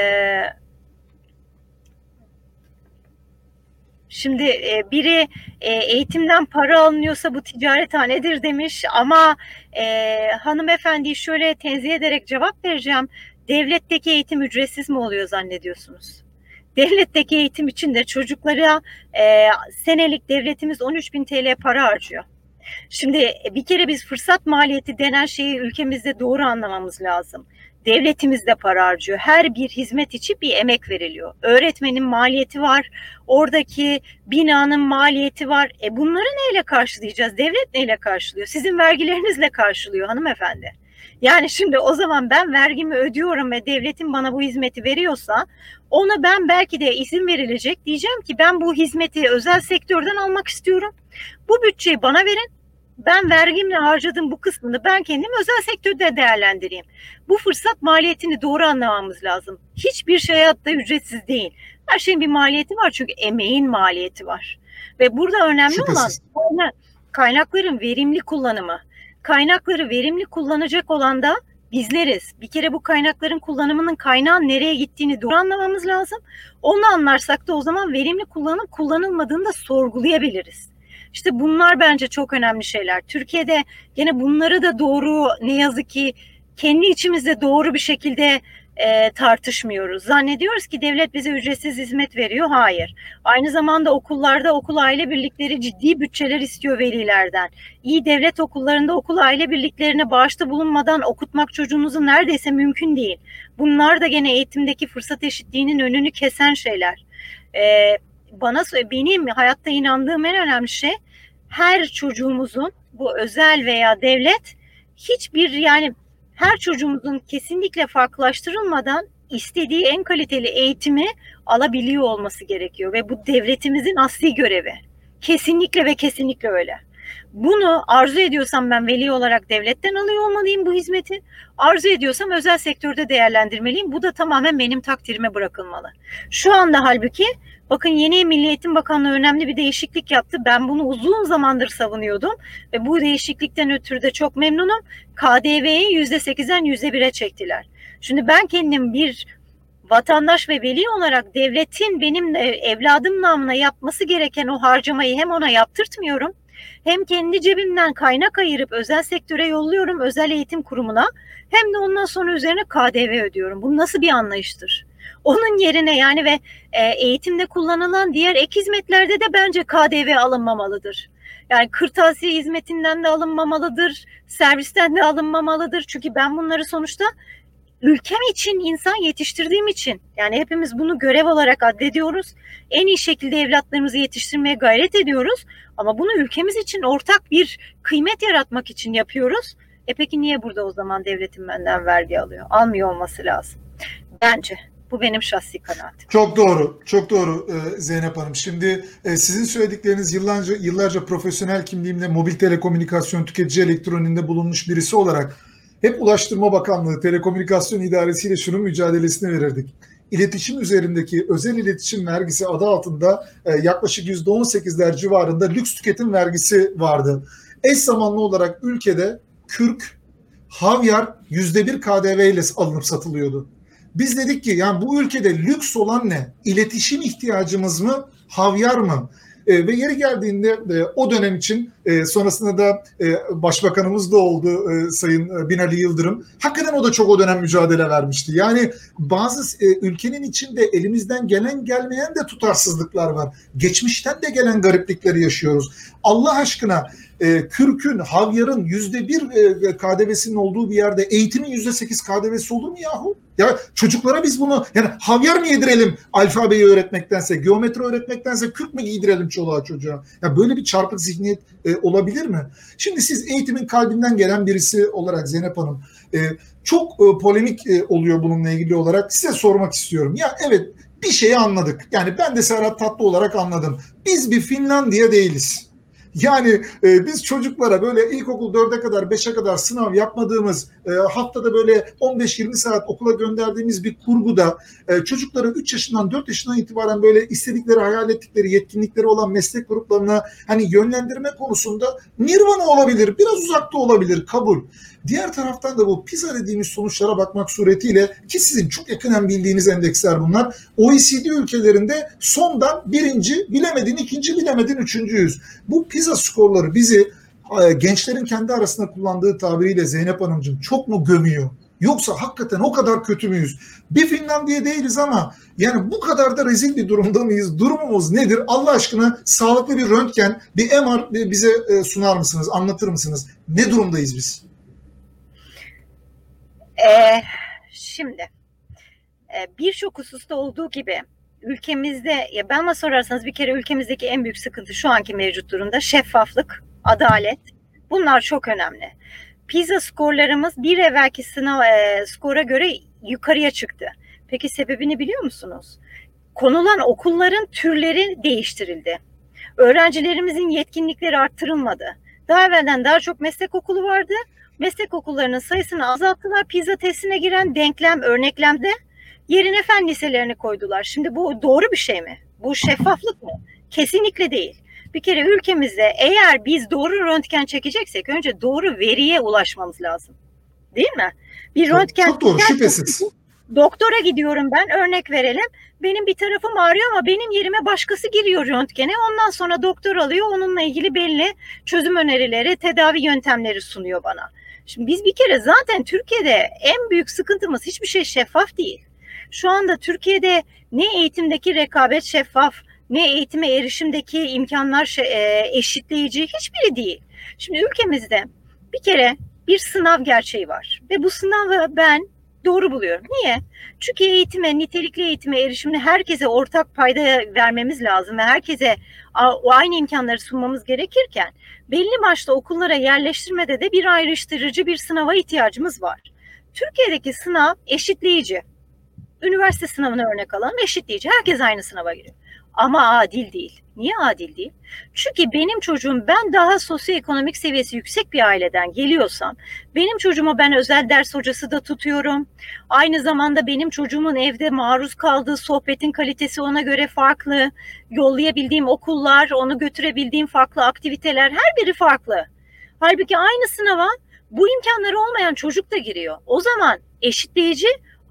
B: şimdi e, biri e, eğitimden para alınıyorsa bu ticarethanedir demiş ama e, hanımefendiyi şöyle tenzih ederek cevap vereceğim. Devletteki eğitim ücretsiz mi oluyor zannediyorsunuz? Devletteki eğitim için de çocuklara e, senelik devletimiz on üç bin T L para harcıyor. Şimdi bir kere biz fırsat maliyeti denen şeyi ülkemizde doğru anlamamız lazım. Devletimiz de para harcıyor. Her bir hizmet için bir emek veriliyor. Öğretmenin maliyeti var. Oradaki binanın maliyeti var. E bunları neyle karşılayacağız? Devlet neyle karşılıyor? Sizin vergilerinizle karşılıyor hanımefendi. Yani şimdi o zaman ben vergimi ödüyorum ve devletin bana bu hizmeti veriyorsa ona ben belki de izin verilecek. Diyeceğim ki ben bu hizmeti özel sektörden almak istiyorum. Bu bütçeyi bana verin. Ben vergimle harcadığım bu kısmını ben kendim özel sektörde değerlendireyim. Bu fırsat maliyetini doğru anlamamız lazım. Hiçbir şey hayatta ücretsiz değil. Her şeyin bir maliyeti var çünkü emeğin maliyeti var. Ve burada önemli
A: Şüphesiz.
B: olan kaynakların verimli kullanımı. Kaynakları verimli kullanacak olan da bizleriz. Bir kere bu kaynakların kullanımının kaynağın nereye gittiğini doğru anlamamız lazım. Onu anlarsak da o zaman verimli kullanıp kullanılmadığını da sorgulayabiliriz. İşte bunlar bence çok önemli şeyler. Türkiye'de gene bunları da doğru, ne yazık ki kendi içimizde doğru bir şekilde e, tartışmıyoruz. Zannediyoruz ki devlet bize ücretsiz hizmet veriyor. Hayır. Aynı zamanda okullarda okul aile birlikleri ciddi bütçeler istiyor velilerden. İyi devlet okullarında okul aile birliklerine bağışta bulunmadan okutmak çocuğunuzu neredeyse mümkün değil. Bunlar da gene eğitimdeki fırsat eşitliğinin önünü kesen şeyler. E, bana benim hayatta inandığım en önemli şey her çocuğumuzun, bu özel veya devlet, hiçbir yani her çocuğumuzun kesinlikle farklılaştırılmadan istediği en kaliteli eğitimi alabiliyor olması gerekiyor ve bu devletimizin asli görevi. Kesinlikle ve kesinlikle öyle. Bunu arzu ediyorsam ben veli olarak devletten alıyor olmalıyım bu hizmeti. Arzu ediyorsam özel sektörde değerlendirmeliyim. Bu da tamamen benim takdirime bırakılmalı. Şu anda halbuki bakın yeni Milli Eğitim Bakanlığı önemli bir değişiklik yaptı. Ben bunu uzun zamandır savunuyordum ve bu değişiklikten ötürü de çok memnunum. K D V'yi yüzde sekizden yüzde bire çektiler. Şimdi ben kendim bir vatandaş ve veli olarak devletin benim evladım namına yapması gereken o harcamayı hem ona yaptırtmıyorum, hem kendi cebimden kaynak ayırıp özel sektöre yolluyorum, özel eğitim kurumuna, hem de ondan sonra üzerine K D V ödüyorum. Bu nasıl bir anlayıştır? Onun yerine yani ve eğitimde kullanılan diğer ek hizmetlerde de bence K D V alınmamalıdır. Yani kırtasiye hizmetinden de alınmamalıdır, servisten de alınmamalıdır. Çünkü ben bunları sonuçta ülkem için, insan yetiştirdiğim için, yani hepimiz bunu görev olarak addediyoruz. En iyi şekilde evlatlarımızı yetiştirmeye gayret ediyoruz. Ama bunu ülkemiz için ortak bir kıymet yaratmak için yapıyoruz. E peki niye burada o zaman devletin benden vergi alıyor? Almıyor olması lazım. Bence. Bu benim şahsi kanaatim.
A: Çok doğru, çok doğru Zeynep Hanım. Şimdi sizin söyledikleriniz yıllarca, yıllarca profesyonel kimliğimle mobil telekomünikasyon tüketici elektroniğinde bulunmuş birisi olarak hep Ulaştırma Bakanlığı Telekomünikasyon İdaresi ile şunun mücadelesini verirdik. İletişim üzerindeki özel iletişim vergisi adı altında yaklaşık yüzde on sekizler civarında lüks tüketim vergisi vardı. Eş zamanlı olarak ülkede kürk, havyar yüzde bir K D V ile alınıp satılıyordu. Biz dedik ki yani bu ülkede lüks olan ne? İletişim ihtiyacımız mı? Havyar mı? E, ve yeri geldiğinde e, o dönem için e, sonrasında da e, başbakanımız da oldu e, Sayın Binali Yıldırım. Hakikaten o da çok o dönem mücadele vermişti. Yani bazı e, ülkenin içinde elimizden gelen gelmeyen de tutarsızlıklar var. Geçmişten de gelen gariplikleri yaşıyoruz. Allah aşkına e, kürkün, havyarın yüzde bir e, K D V'sinin olduğu bir yerde eğitimin yüzde sekiz K D V'si olur mu yahu? Ya çocuklara biz bunu yani havyar mı yedirelim alfabeyi öğretmektense, geometri öğretmektense kürk mü giydirelim çoluğa çocuğa? Ya böyle bir çarpık zihniyet e, olabilir mi? Şimdi siz eğitimin kalbinden gelen birisi olarak Zeynep Hanım e, çok e, polemik e, oluyor bununla ilgili olarak size sormak istiyorum. Ya evet bir şeyi anladık. Yani ben de Serhat Tatlı olarak anladım. Biz bir Finlandiya değiliz. Yani e, biz çocuklara böyle ilkokul dörde kadar beşe kadar sınav yapmadığımız e, haftada böyle on beş yirmi saat okula gönderdiğimiz bir kurguda e, çocukları üç yaşından dört yaşından itibaren böyle istedikleri hayal ettikleri yetkinlikleri olan meslek gruplarına hani yönlendirme konusunda nirvana olabilir, biraz uzakta olabilir, kabul. Diğer taraftan da bu PISA dediğimiz sonuçlara bakmak suretiyle ki sizin çok yakından bildiğiniz endeksler bunlar. O E C D ülkelerinde sondan birinci, bilemedin ikinci, bilemedin üçüncüyüz. Bu PISA skorları bizi gençlerin kendi arasında kullandığı tabiriyle Zeynep Hanımcığım çok mu gömüyor? Yoksa hakikaten o kadar kötü müyüz? Bir Finlandiya değiliz ama yani bu kadar da rezil bir durumda mıyız? Durumumuz nedir? Allah aşkına sağlıklı bir röntgen, bir M R bize sunar mısınız? Anlatır mısınız? Ne durumdayız biz?
B: Ee, şimdi e, birçok hususta olduğu gibi ülkemizde, ya bana sorarsanız bir kere ülkemizdeki en büyük sıkıntı şu anki mevcut durumda şeffaflık, adalet. Bunlar çok önemli. PISA skorlarımız bir evvelki sınav e, skora göre yukarıya çıktı. Peki sebebini biliyor musunuz? Konulan okulların türleri değiştirildi. Öğrencilerimizin yetkinlikleri arttırılmadı. Daha evvelden daha çok meslek okulu vardı. Meslek okullarının sayısını azalttılar. PISA testine giren denklem, örneklemde yerine fen liselerini koydular. Şimdi bu doğru bir şey mi? Bu şeffaflık mı? Kesinlikle değil. Bir kere ülkemizde eğer biz doğru röntgen çekeceksek önce doğru veriye ulaşmamız lazım. Değil mi? Bir
A: çok,
B: röntgen
A: çok doğru, şüphesiz.
B: Doktora gidiyorum ben, örnek verelim. Benim bir tarafım ağrıyor ama benim yerime başkası giriyor röntgene. Ondan sonra doktor alıyor, onunla ilgili belli çözüm önerileri, tedavi yöntemleri sunuyor bana. Şimdi biz bir kere zaten Türkiye'de en büyük sıkıntımız hiçbir şey şeffaf değil. Şu anda Türkiye'de ne eğitimdeki rekabet şeffaf, ne eğitime erişimdeki imkanlar eşitleyici, hiçbiri değil. Şimdi ülkemizde bir kere bir sınav gerçeği var ve bu sınavı ben doğru buluyorum. Niye? Çünkü eğitime, nitelikli eğitime erişimini herkese ortak payda vermemiz lazım ve herkese aynı imkanları sunmamız gerekirken belli başlı okullara yerleştirmede de bir ayrıştırıcı bir sınava ihtiyacımız var. Türkiye'deki sınav eşitleyici. Üniversite sınavına örnek alalım, eşitleyici. Herkes aynı sınava giriyor. Ama adil değil. Niye adil değil? Çünkü benim çocuğum, ben daha sosyoekonomik seviyesi yüksek bir aileden geliyorsam, benim çocuğuma ben özel ders hocası da tutuyorum. Aynı zamanda benim çocuğumun evde maruz kaldığı sohbetin kalitesi ona göre farklı. Yollayabildiğim okullar, onu götürebildiğim farklı aktiviteler, her biri farklı. Halbuki aynı sınava bu imkanları olmayan çocuk da giriyor. O zaman eşitleyici,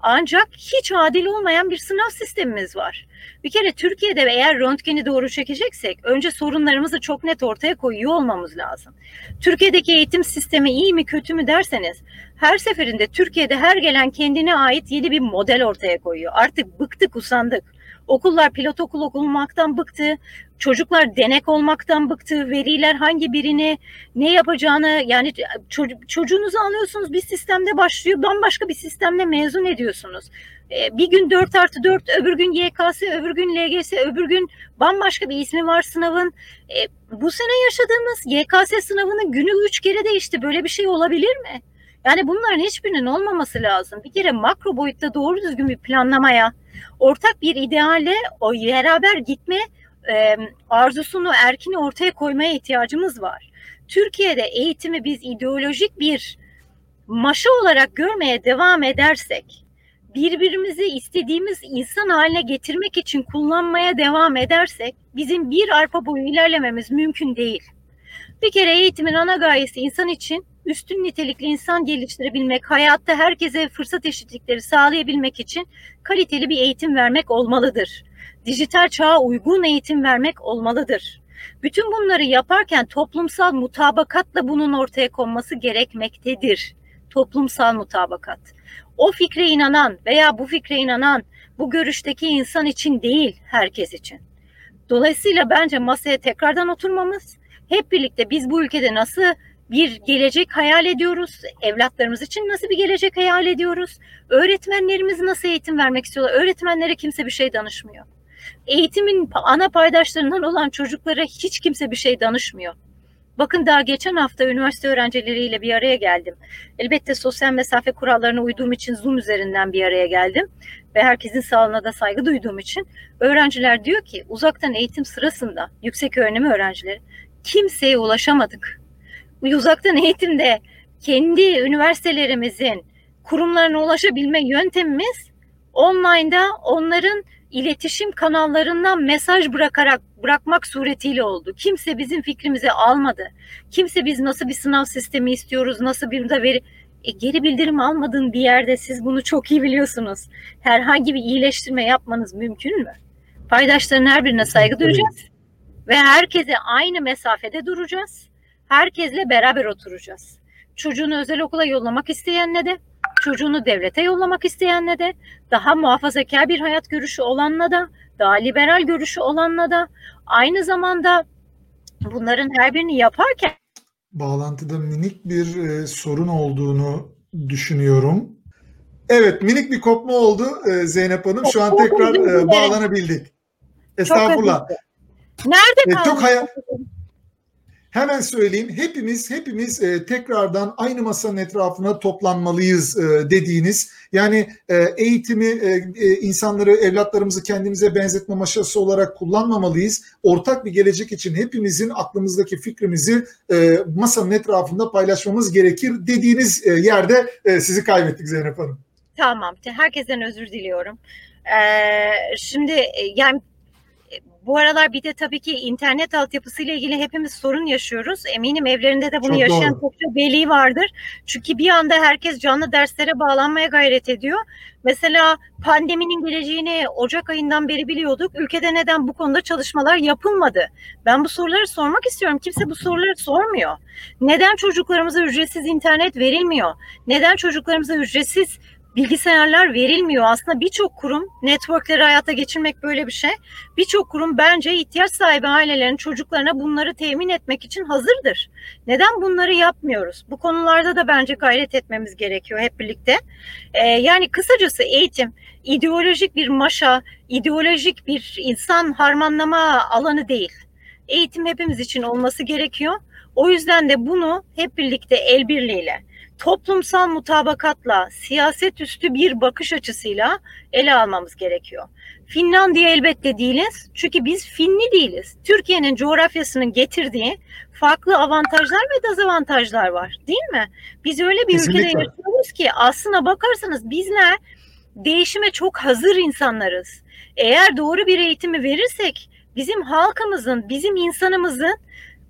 B: Ancak hiç adil olmayan bir sınav sistemimiz var. Bir kere Türkiye'de eğer röntgeni doğru çekeceksek önce sorunlarımızı çok net ortaya koyuyor olmamız lazım. Türkiye'deki eğitim sistemi iyi mi kötü mü derseniz her seferinde Türkiye'de her gelen kendine ait yeni bir model ortaya koyuyor. Artık bıktık, usandık. Okullar pilot okul olmaktan bıktı. Çocuklar denek olmaktan bıktı. Veliler hangi birini ne yapacağını, yani çocuğunuzu alıyorsunuz bir sistemde başlıyor, bambaşka bir sistemle mezun ediyorsunuz. Bir gün dört artı dört, öbür gün Y K S, öbür gün L G S, öbür gün bambaşka bir ismi var sınavın. E, bu sene yaşadığımız Y K S sınavının günü üç kere değişti. Böyle bir şey olabilir mi? Yani bunların hiçbirinin olmaması lazım. Bir kere makro boyutta doğru düzgün bir planlamaya, ortak bir ideale o beraber gitme e, arzusunu, erkini ortaya koymaya ihtiyacımız var. Türkiye'de eğitimi biz ideolojik bir maşa olarak görmeye devam edersek, birbirimizi istediğimiz insan haline getirmek için kullanmaya devam edersek bizim bir arpa boyu ilerlememiz mümkün değil. Bir kere eğitimin ana gayesi insan için üstün nitelikli insan geliştirebilmek, hayatta herkese fırsat eşitlikleri sağlayabilmek için kaliteli bir eğitim vermek olmalıdır. Dijital çağa uygun eğitim vermek olmalıdır. Bütün bunları yaparken toplumsal mutabakatla bunun ortaya konması gerekmektedir. Toplumsal mutabakat. O fikre inanan veya bu fikre inanan bu görüşteki insan için değil, herkes için. Dolayısıyla bence masaya tekrardan oturmamız, hep birlikte biz bu ülkede nasıl bir gelecek hayal ediyoruz, evlatlarımız için nasıl bir gelecek hayal ediyoruz, öğretmenlerimiz nasıl eğitim vermek istiyorlar, öğretmenlere kimse bir şey danışmıyor. Eğitimin ana paydaşlarından olan çocuklara hiç kimse bir şey danışmıyor. Bakın daha geçen hafta üniversite öğrencileriyle bir araya geldim. Elbette sosyal mesafe kurallarına uyduğum için Zoom üzerinden bir araya geldim. Ve herkesin sağlığına da saygı duyduğum için öğrenciler diyor ki uzaktan eğitim sırasında yüksek öğrenim öğrencileri kimseye ulaşamadık. Uzaktan eğitimde kendi üniversitelerimizin kurumlarına ulaşabilme yöntemimiz online'da onların iletişim kanallarından mesaj bırakarak bırakmak suretiyle oldu. Kimse bizim fikrimizi almadı. Kimse biz nasıl bir sınav sistemi istiyoruz, nasıl bir de veri... E, geri bildirim almadığın bir yerde siz bunu çok iyi biliyorsunuz. Herhangi bir iyileştirme yapmanız mümkün mü? Paydaşların her birine saygı duyacağız ve herkese aynı mesafede duracağız. Herkesle beraber oturacağız. Çocuğunu özel okula yollamak isteyenle de, çocuğunu devlete yollamak isteyenle de, daha muhafazakar bir hayat görüşü olanla da, daha liberal görüşü olanla da, aynı zamanda bunların her birini yaparken...
A: Bağlantıda minik bir e, sorun olduğunu düşünüyorum. Evet, minik bir kopma oldu e, Zeynep Hanım. Şu an tekrar e, bağlanabildik. Estağfurullah.
B: Nerede
A: e,
B: kaldın?
A: Çok hay- Hemen söyleyeyim. Hepimiz hepimiz e, tekrardan aynı masanın etrafına toplanmalıyız e, dediğiniz, yani e, eğitimi e, e, insanları, evlatlarımızı kendimize benzetme maşası olarak kullanmamalıyız. Ortak bir gelecek için hepimizin aklımızdaki fikrimizi e, masanın etrafında paylaşmamız gerekir dediğiniz e, yerde e, sizi kaybettik Zeynep Hanım.
B: Tamam. Herkesten özür diliyorum. Ee, şimdi yani bu aralar bir de tabii ki internet altyapısıyla ilgili hepimiz sorun yaşıyoruz. Eminim evlerinde de bunu
A: Çok
B: yaşayan
A: doğru.
B: çok çok veli vardır. Çünkü bir anda herkes canlı derslere bağlanmaya gayret ediyor. Mesela pandeminin geleceğini Ocak ayından beri biliyorduk. Ülkede neden bu konuda çalışmalar yapılmadı? Ben bu soruları sormak istiyorum. Kimse bu soruları sormuyor. Neden çocuklarımıza ücretsiz internet verilmiyor? Neden çocuklarımıza ücretsiz bilgisayarlar verilmiyor? Aslında birçok kurum, networkleri hayata geçirmek böyle bir şey. Birçok kurum bence ihtiyaç sahibi ailelerin çocuklarına bunları temin etmek için hazırdır. Neden bunları yapmıyoruz? Bu konularda da bence gayret etmemiz gerekiyor hep birlikte. Ee, yani kısacası eğitim ideolojik bir maşa, ideolojik bir insan harmanlama alanı değil. Eğitim hepimiz için olması gerekiyor. O yüzden de bunu hep birlikte el birliğiyle, toplumsal mutabakatla, siyaset üstü bir bakış açısıyla ele almamız gerekiyor. Finlandiya elbette değiliz. Çünkü biz Finli değiliz. Türkiye'nin coğrafyasının getirdiği farklı avantajlar ve dezavantajlar var. Değil mi? Biz öyle bir
A: Kesinlikle.
B: ülkede yaşıyoruz ki aslına bakarsanız bizler değişime çok hazır insanlarız. Eğer doğru bir eğitimi verirsek bizim halkımızın, bizim insanımızın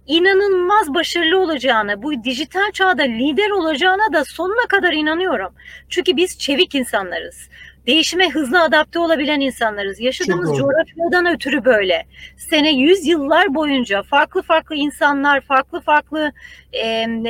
B: inanılmaz başarılı olacağına, bu dijital çağda lider olacağına da sonuna kadar inanıyorum. Çünkü biz çevik insanlarız. Değişime hızlı adapte olabilen insanlarız. Yaşadığımız coğrafyadan ötürü böyle. Sene yüz yıllar boyunca farklı farklı insanlar, farklı farklı e,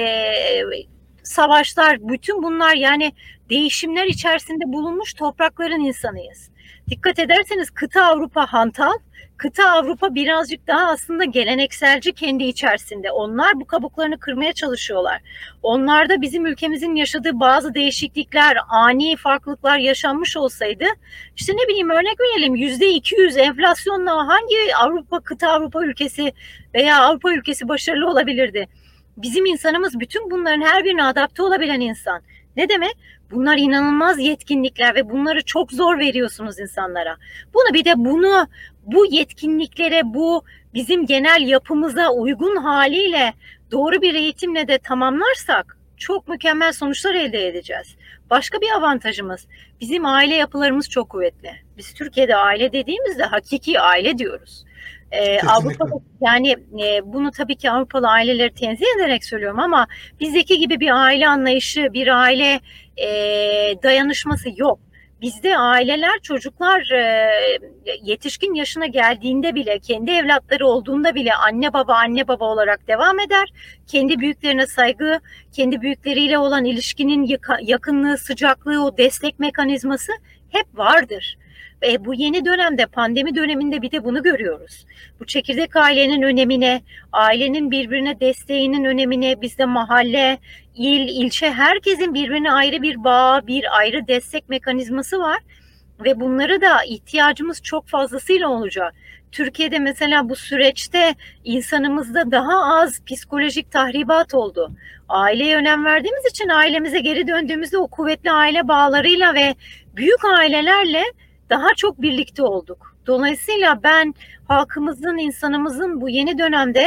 B: e, savaşlar, bütün bunlar yani değişimler içerisinde bulunmuş toprakların insanıyız. Dikkat ederseniz kıta Avrupa hantal, kıta Avrupa birazcık daha aslında gelenekselci kendi içerisinde. Onlar bu kabuklarını kırmaya çalışıyorlar. Onlarda bizim ülkemizin yaşadığı bazı değişiklikler, ani farklılıklar yaşanmış olsaydı, işte ne bileyim örnek verelim yüzde iki yüz enflasyonla hangi Avrupa kıta Avrupa ülkesi veya Avrupa ülkesi başarılı olabilirdi? Bizim insanımız bütün bunların her birine adapte olabilen insan. Ne demek? Bunlar inanılmaz yetkinlikler ve bunları çok zor veriyorsunuz insanlara. Bunu bir de bunu bu yetkinliklere, bu bizim genel yapımıza uygun haliyle doğru bir eğitimle de tamamlarsak çok mükemmel sonuçlar elde edeceğiz. Başka bir avantajımız, bizim aile yapılarımız çok kuvvetli. Biz Türkiye'de aile dediğimizde hakiki aile diyoruz. Ee, Avrupa'da yani e, bunu tabii ki Avrupalı aileleri tenzih ederek söylüyorum ama bizdeki gibi bir aile anlayışı, bir aile e, dayanışması yok. Bizde aileler, çocuklar e, yetişkin yaşına geldiğinde bile, kendi evlatları olduğunda bile anne baba anne baba olarak devam eder. Kendi büyüklerine saygı, kendi büyükleriyle olan ilişkinin yakınlığı, sıcaklığı, o destek mekanizması hep vardır. E, bu yeni dönemde, pandemi döneminde bir de bunu görüyoruz. Bu çekirdek ailenin önemine, ailenin birbirine desteğinin önemine, bizde mahalle, il, ilçe, herkesin birbirine ayrı bir bağ, bir ayrı destek mekanizması var. Ve bunlara da ihtiyacımız çok fazlasıyla olacak. Türkiye'de mesela bu süreçte insanımızda daha az psikolojik tahribat oldu. Aileye önem verdiğimiz için ailemize geri döndüğümüzde o kuvvetli aile bağlarıyla ve büyük ailelerle daha çok birlikte olduk. Dolayısıyla ben halkımızın, insanımızın bu yeni dönemde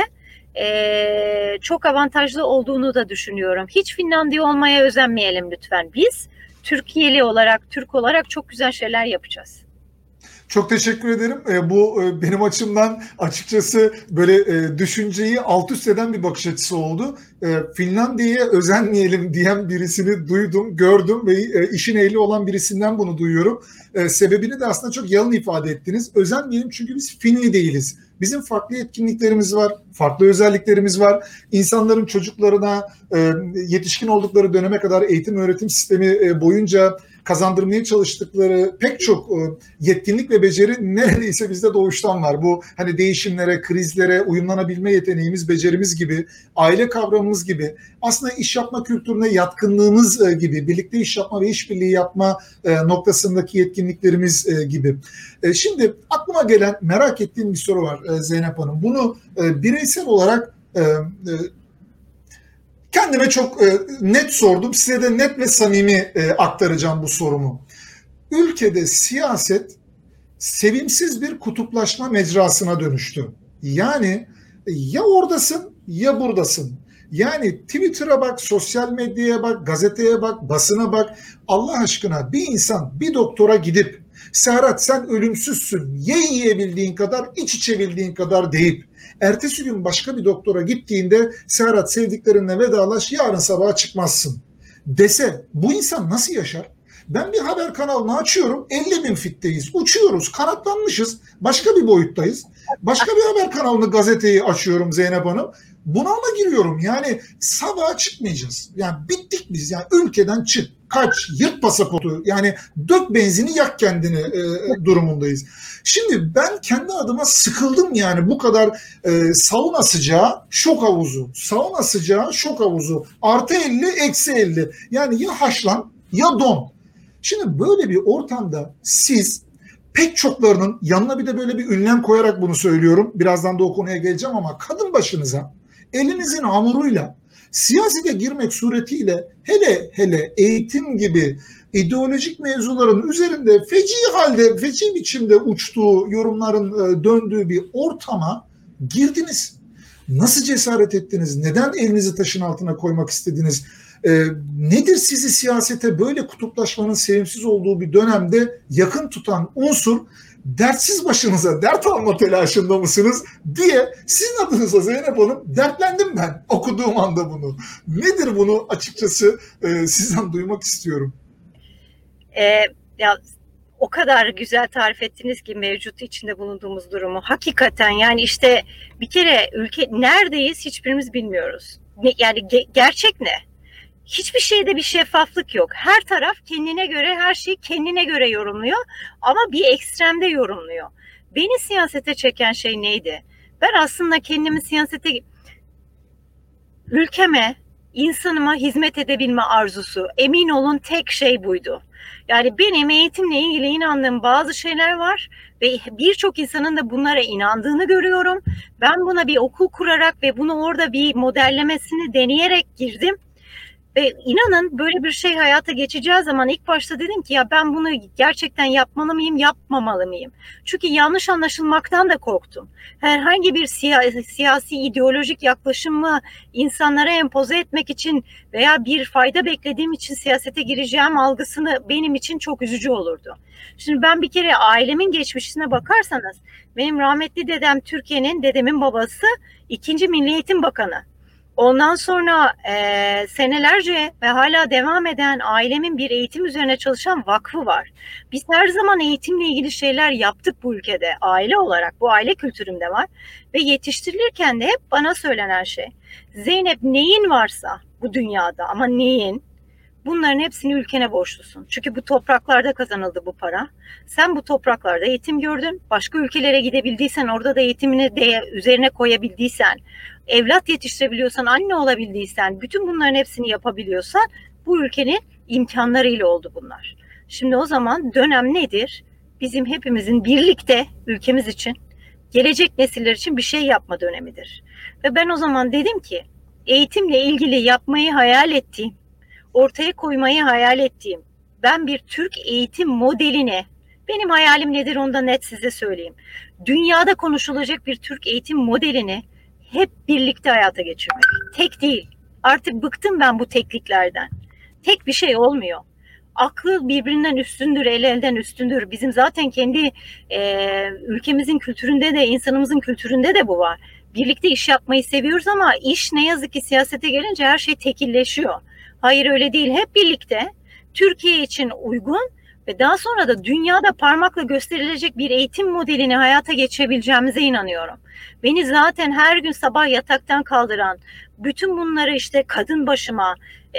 B: e, çok avantajlı olduğunu da düşünüyorum. Hiç Finlandiya olmaya özenmeyelim lütfen. Biz Türkiye'li olarak, Türk olarak çok güzel şeyler yapacağız.
A: Çok teşekkür ederim. E, bu e, benim açımdan açıkçası böyle e, düşünceyi alt üst eden bir bakış açısı oldu. E, Finlandiya'ya özenmeyelim diyen birisini duydum, gördüm ve e, işin ehli olan birisinden bunu duyuyorum. E, sebebini de aslında çok yalın ifade ettiniz. Özenmeyelim çünkü biz Finli değiliz. Bizim farklı yetkinliklerimiz var, farklı özelliklerimiz var. İnsanların çocuklarına e, yetişkin oldukları döneme kadar eğitim öğretim sistemi e, boyunca kazandırmaya çalıştıkları pek çok e, yetkinlik ve beceri neredeyse bizde doğuştan var. Bu hani değişimlere, krizlere uyumlanabilme yeteneğimiz, becerimiz gibi, aile kavramımız gibi, aslında iş yapma kültürüne yatkınlığımız e, gibi, birlikte iş yapma ve işbirliği yapma e, noktasındaki yetkinliklerimiz e, gibi. E, şimdi aklıma gelen, merak ettiğim bir soru var e, Zeynep Hanım. Bunu e, bireysel olarak e, e, kendime çok e, net sordum. Size de net ve samimi e, aktaracağım bu sorumu. Ülkede siyaset sevimsiz bir kutuplaşma mecrasına dönüştü. Yani ya oradasın ya buradasın. Yani Twitter'a bak, sosyal medyaya bak, gazeteye bak, basına bak. Allah aşkına bir insan bir doktora gidip Serhat sen ölümsüzsün, ye yiyebildiğin kadar, iç içebildiğin kadar deyip ertesi gün başka bir doktora gittiğinde Serhat sevdiklerinle vedalaş, yarın sabaha çıkmazsın dese bu insan nasıl yaşar? Ben bir haber kanalını açıyorum, elli bin fitteyiz, uçuyoruz, kanatlanmışız, başka bir boyuttayız. Başka bir haber kanalını, gazeteyi açıyorum Zeynep Hanım, bunalıma giriyorum. Yani sabaha çıkmayacağız. Yani bittik biz. Yani ülkeden çık, kaç, yırt pasaportu. Yani dök benzini, yak kendini e, durumundayız. Şimdi ben kendi adıma sıkıldım yani bu kadar e, sauna sıcağı, şok havuzu. Sauna sıcağı, şok havuzu. Artı elli, eksi elli. Yani ya haşlan ya don. Şimdi böyle bir ortamda siz pek çoklarının yanına bir de böyle bir ünlem koyarak bunu söylüyorum. Birazdan da o konuya geleceğim ama kadın başınıza elinizin hamuruyla siyasete girmek suretiyle hele hele eğitim gibi ideolojik mevzuların üzerinde feci halde, feci biçimde uçtuğu, yorumların döndüğü bir ortama girdiniz. Nasıl cesaret ettiniz? Neden elinizi taşın altına koymak istediniz? E, nedir sizi siyasete böyle kutuplaşmanın sevimsiz olduğu bir dönemde yakın tutan unsur? Dertsiz başınıza dert alma telaşında mısınız diye sizin adınıza Zeynep Hanım dertlendim ben okuduğum anda bunu. Nedir bunu açıkçası e, sizden duymak istiyorum.
B: E, ya o kadar güzel tarif ettiniz ki mevcut içinde bulunduğumuz durumu. Hakikaten yani işte bir kere ülke neredeyiz hiçbirimiz bilmiyoruz. Ne, yani ge- gerçek ne? Hiçbir şeyde bir şeffaflık yok. Her taraf kendine göre, her şeyi kendine göre yorumluyor ama bir ekstremde yorumluyor. Beni siyasete çeken şey neydi? Ben aslında kendimi siyasete, ülkeme, insanıma hizmet edebilme arzusu. Emin olun tek şey buydu. Yani benim eğitimle ilgili inandığım bazı şeyler var ve birçok insanın da bunlara inandığını görüyorum. Ben buna bir okul kurarak ve bunu orada bir modellemesini deneyerek girdim. Ve inanın böyle bir şey hayata geçeceği zaman ilk başta dedim ki ya ben bunu gerçekten yapmalı mıyım, yapmamalı mıyım? Çünkü yanlış anlaşılmaktan da korktum. Herhangi bir siyasi, siyasi ideolojik yaklaşımı insanlara empoze etmek için veya bir fayda beklediğim için siyasete gireceğim algısını benim için çok üzücü olurdu. Şimdi ben bir kere ailemin geçmişine bakarsanız benim rahmetli dedem Türkiye'nin, dedemin babası ikinci Milli Eğitim Bakanı. Ondan sonra e, senelerce ve hala devam eden ailemin bir eğitim üzerine çalışan vakfı var. Biz her zaman eğitimle ilgili şeyler yaptık bu ülkede aile olarak. Bu aile kültürümde var. Ve yetiştirilirken de hep bana söylenen şey. Zeynep neyin varsa bu dünyada ama neyin? Bunların hepsini ülkene borçlusun. Çünkü bu topraklarda kazanıldı bu para. Sen bu topraklarda eğitim gördün. Başka ülkelere gidebildiysen, orada da eğitimini de üzerine koyabildiysen, evlat yetiştirebiliyorsan, anne olabildiysen, bütün bunların hepsini yapabiliyorsan bu ülkenin imkanlarıyla oldu bunlar. Şimdi o zaman dönem nedir? Bizim hepimizin birlikte ülkemiz için, gelecek nesiller için bir şey yapma dönemidir. Ve ben o zaman dedim ki eğitimle ilgili yapmayı hayal ettiğim, ortaya koymayı hayal ettiğim, ben bir Türk eğitim modelini, benim hayalim nedir onu da net size söyleyeyim. Dünyada konuşulacak bir Türk eğitim modelini hep birlikte hayata geçirmek. Tek değil. Artık bıktım ben bu tekliklerden. Tek bir şey olmuyor. Aklı birbirinden üstündür, el elden üstündür. Bizim zaten kendi e, ülkemizin kültüründe de, insanımızın kültüründe de bu var. Birlikte iş yapmayı seviyoruz ama iş ne yazık ki siyasete gelince her şey tekilleşiyor. Hayır öyle değil. Hep birlikte Türkiye için uygun ve daha sonra da dünyada parmakla gösterilecek bir eğitim modelini hayata geçirebileceğimize inanıyorum. Beni zaten her gün sabah yataktan kaldıran, bütün bunları işte kadın başıma,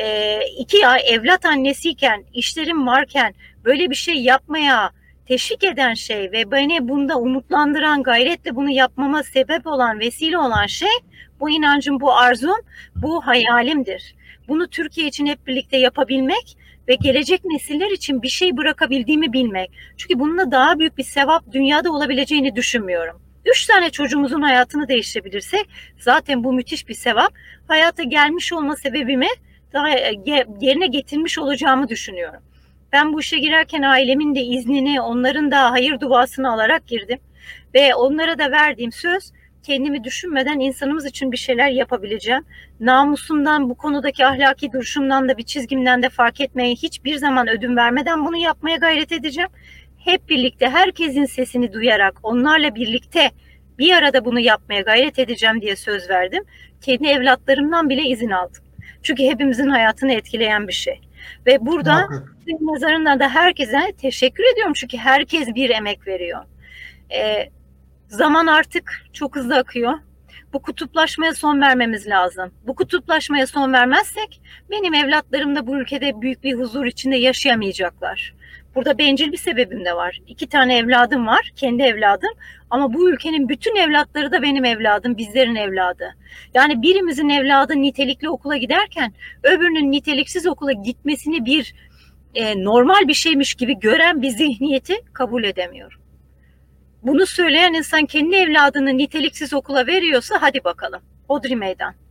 B: iki ay evlat annesiyken, işlerim varken böyle bir şey yapmaya teşvik eden şey ve beni bunda umutlandıran, gayretle bunu yapmama sebep olan, vesile olan şey bu inancım, bu arzum, bu hayalimdir. Bunu Türkiye için hep birlikte yapabilmek ve gelecek nesiller için bir şey bırakabildiğimi bilmek. Çünkü bununla daha büyük bir sevap dünyada olabileceğini düşünmüyorum. Üç tane çocuğumuzun hayatını değiştirebilirsek zaten bu müthiş bir sevap. Hayata gelmiş olma sebebimi daha yerine getirmiş olacağımı düşünüyorum. Ben bu işe girerken ailemin de iznini, onların da hayır duasını alarak girdim. Ve onlara da verdiğim söz, kendimi düşünmeden insanımız için bir şeyler yapabileceğim. Namusumdan, bu konudaki ahlaki duruşumdan da bir çizgimden de fark etmeye hiçbir zaman ödün vermeden bunu yapmaya gayret edeceğim. Hep birlikte herkesin sesini duyarak onlarla birlikte bir arada bunu yapmaya gayret edeceğim diye söz verdim. Kendi evlatlarımdan bile izin aldım. Çünkü hepimizin hayatını etkileyen bir şey. Ve burada nazarından da herkese teşekkür ediyorum. Çünkü herkes bir emek veriyor. Ee, zaman artık çok hızlı akıyor. Bu kutuplaşmaya son vermemiz lazım. Bu kutuplaşmaya son vermezsek benim evlatlarım da bu ülkede büyük bir huzur içinde yaşayamayacaklar. Burada bencil bir sebebim de var. İki tane evladım var, kendi evladım. Ama bu ülkenin bütün evlatları da benim evladım, bizlerin evladı. Yani birimizin evladı nitelikli okula giderken öbürünün niteliksiz okula gitmesini bir e, normal bir şeymiş gibi gören bir zihniyeti kabul edemiyorum. Bunu söyleyen insan kendi evladını niteliksiz okula veriyorsa hadi bakalım. Hodri meydan.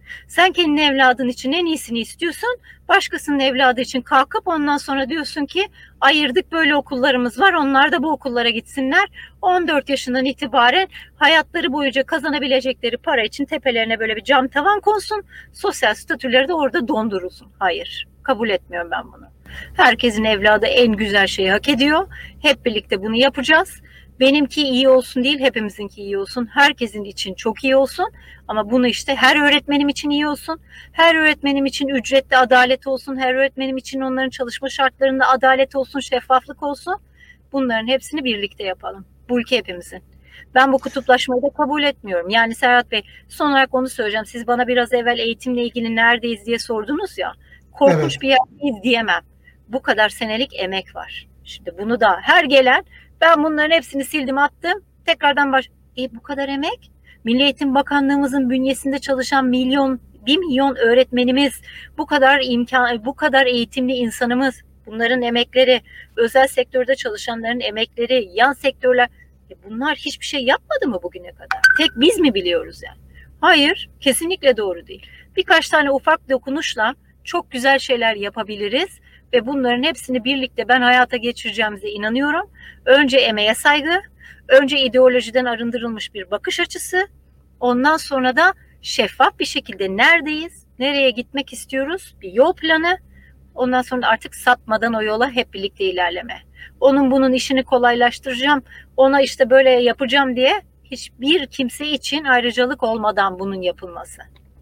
B: Sen kendi evladın için en iyisini istiyorsun. Başkasının evladı için kalkıp ondan sonra diyorsun ki ayırdık, böyle okullarımız var, onlar da bu okullara gitsinler. on dört yaşından itibaren hayatları boyunca kazanabilecekleri para için tepelerine böyle bir cam tavan konsun. Sosyal statüleri de orada dondurulsun. Hayır, kabul etmiyorum ben bunu. Herkesin evladı en güzel şeyi hak ediyor. Hep birlikte bunu yapacağız. Benimki iyi olsun değil, hepimizinki iyi olsun. Herkesin için çok iyi olsun. Ama bunu işte her öğretmenim için iyi olsun. Her öğretmenim için ücretli adalet olsun. Her öğretmenim için onların çalışma şartlarında adalet olsun, şeffaflık olsun. Bunların hepsini birlikte yapalım. Bu ülke hepimizin. Ben bu kutuplaşmayı da kabul etmiyorum. Yani Serhat Bey, son olarak onu söyleyeceğim. Siz bana biraz evvel eğitimle ilgili neredeyiz diye sordunuz ya. Korkunç
A: Evet.
B: bir yerdeyiz diyemem. Bu kadar senelik emek var. Şimdi bunu da her gelen, ben bunların hepsini sildim attım, tekrardan baş... E bu kadar emek. Milli Eğitim Bakanlığımızın bünyesinde çalışan milyon, bir milyon öğretmenimiz, bu kadar imkan, bu kadar eğitimli insanımız, bunların emekleri, özel sektörde çalışanların emekleri, yan sektörler, e bunlar hiçbir şey yapmadı mı bugüne kadar? Tek biz mi biliyoruz yani? Hayır, kesinlikle doğru değil. Birkaç tane ufak dokunuşla çok güzel şeyler yapabiliriz ve bunların hepsini birlikte ben hayata geçireceğimize inanıyorum. Önce emeğe saygı, önce ideolojiden arındırılmış bir bakış açısı, ondan sonra da şeffaf bir şekilde neredeyiz, nereye gitmek istiyoruz, bir yol planı, ondan sonra artık sapmadan o yola hep birlikte ilerleme. Onun bunun işini kolaylaştıracağım, ona işte böyle yapacağım diye hiçbir kimse için ayrıcalık olmadan bunun yapılması.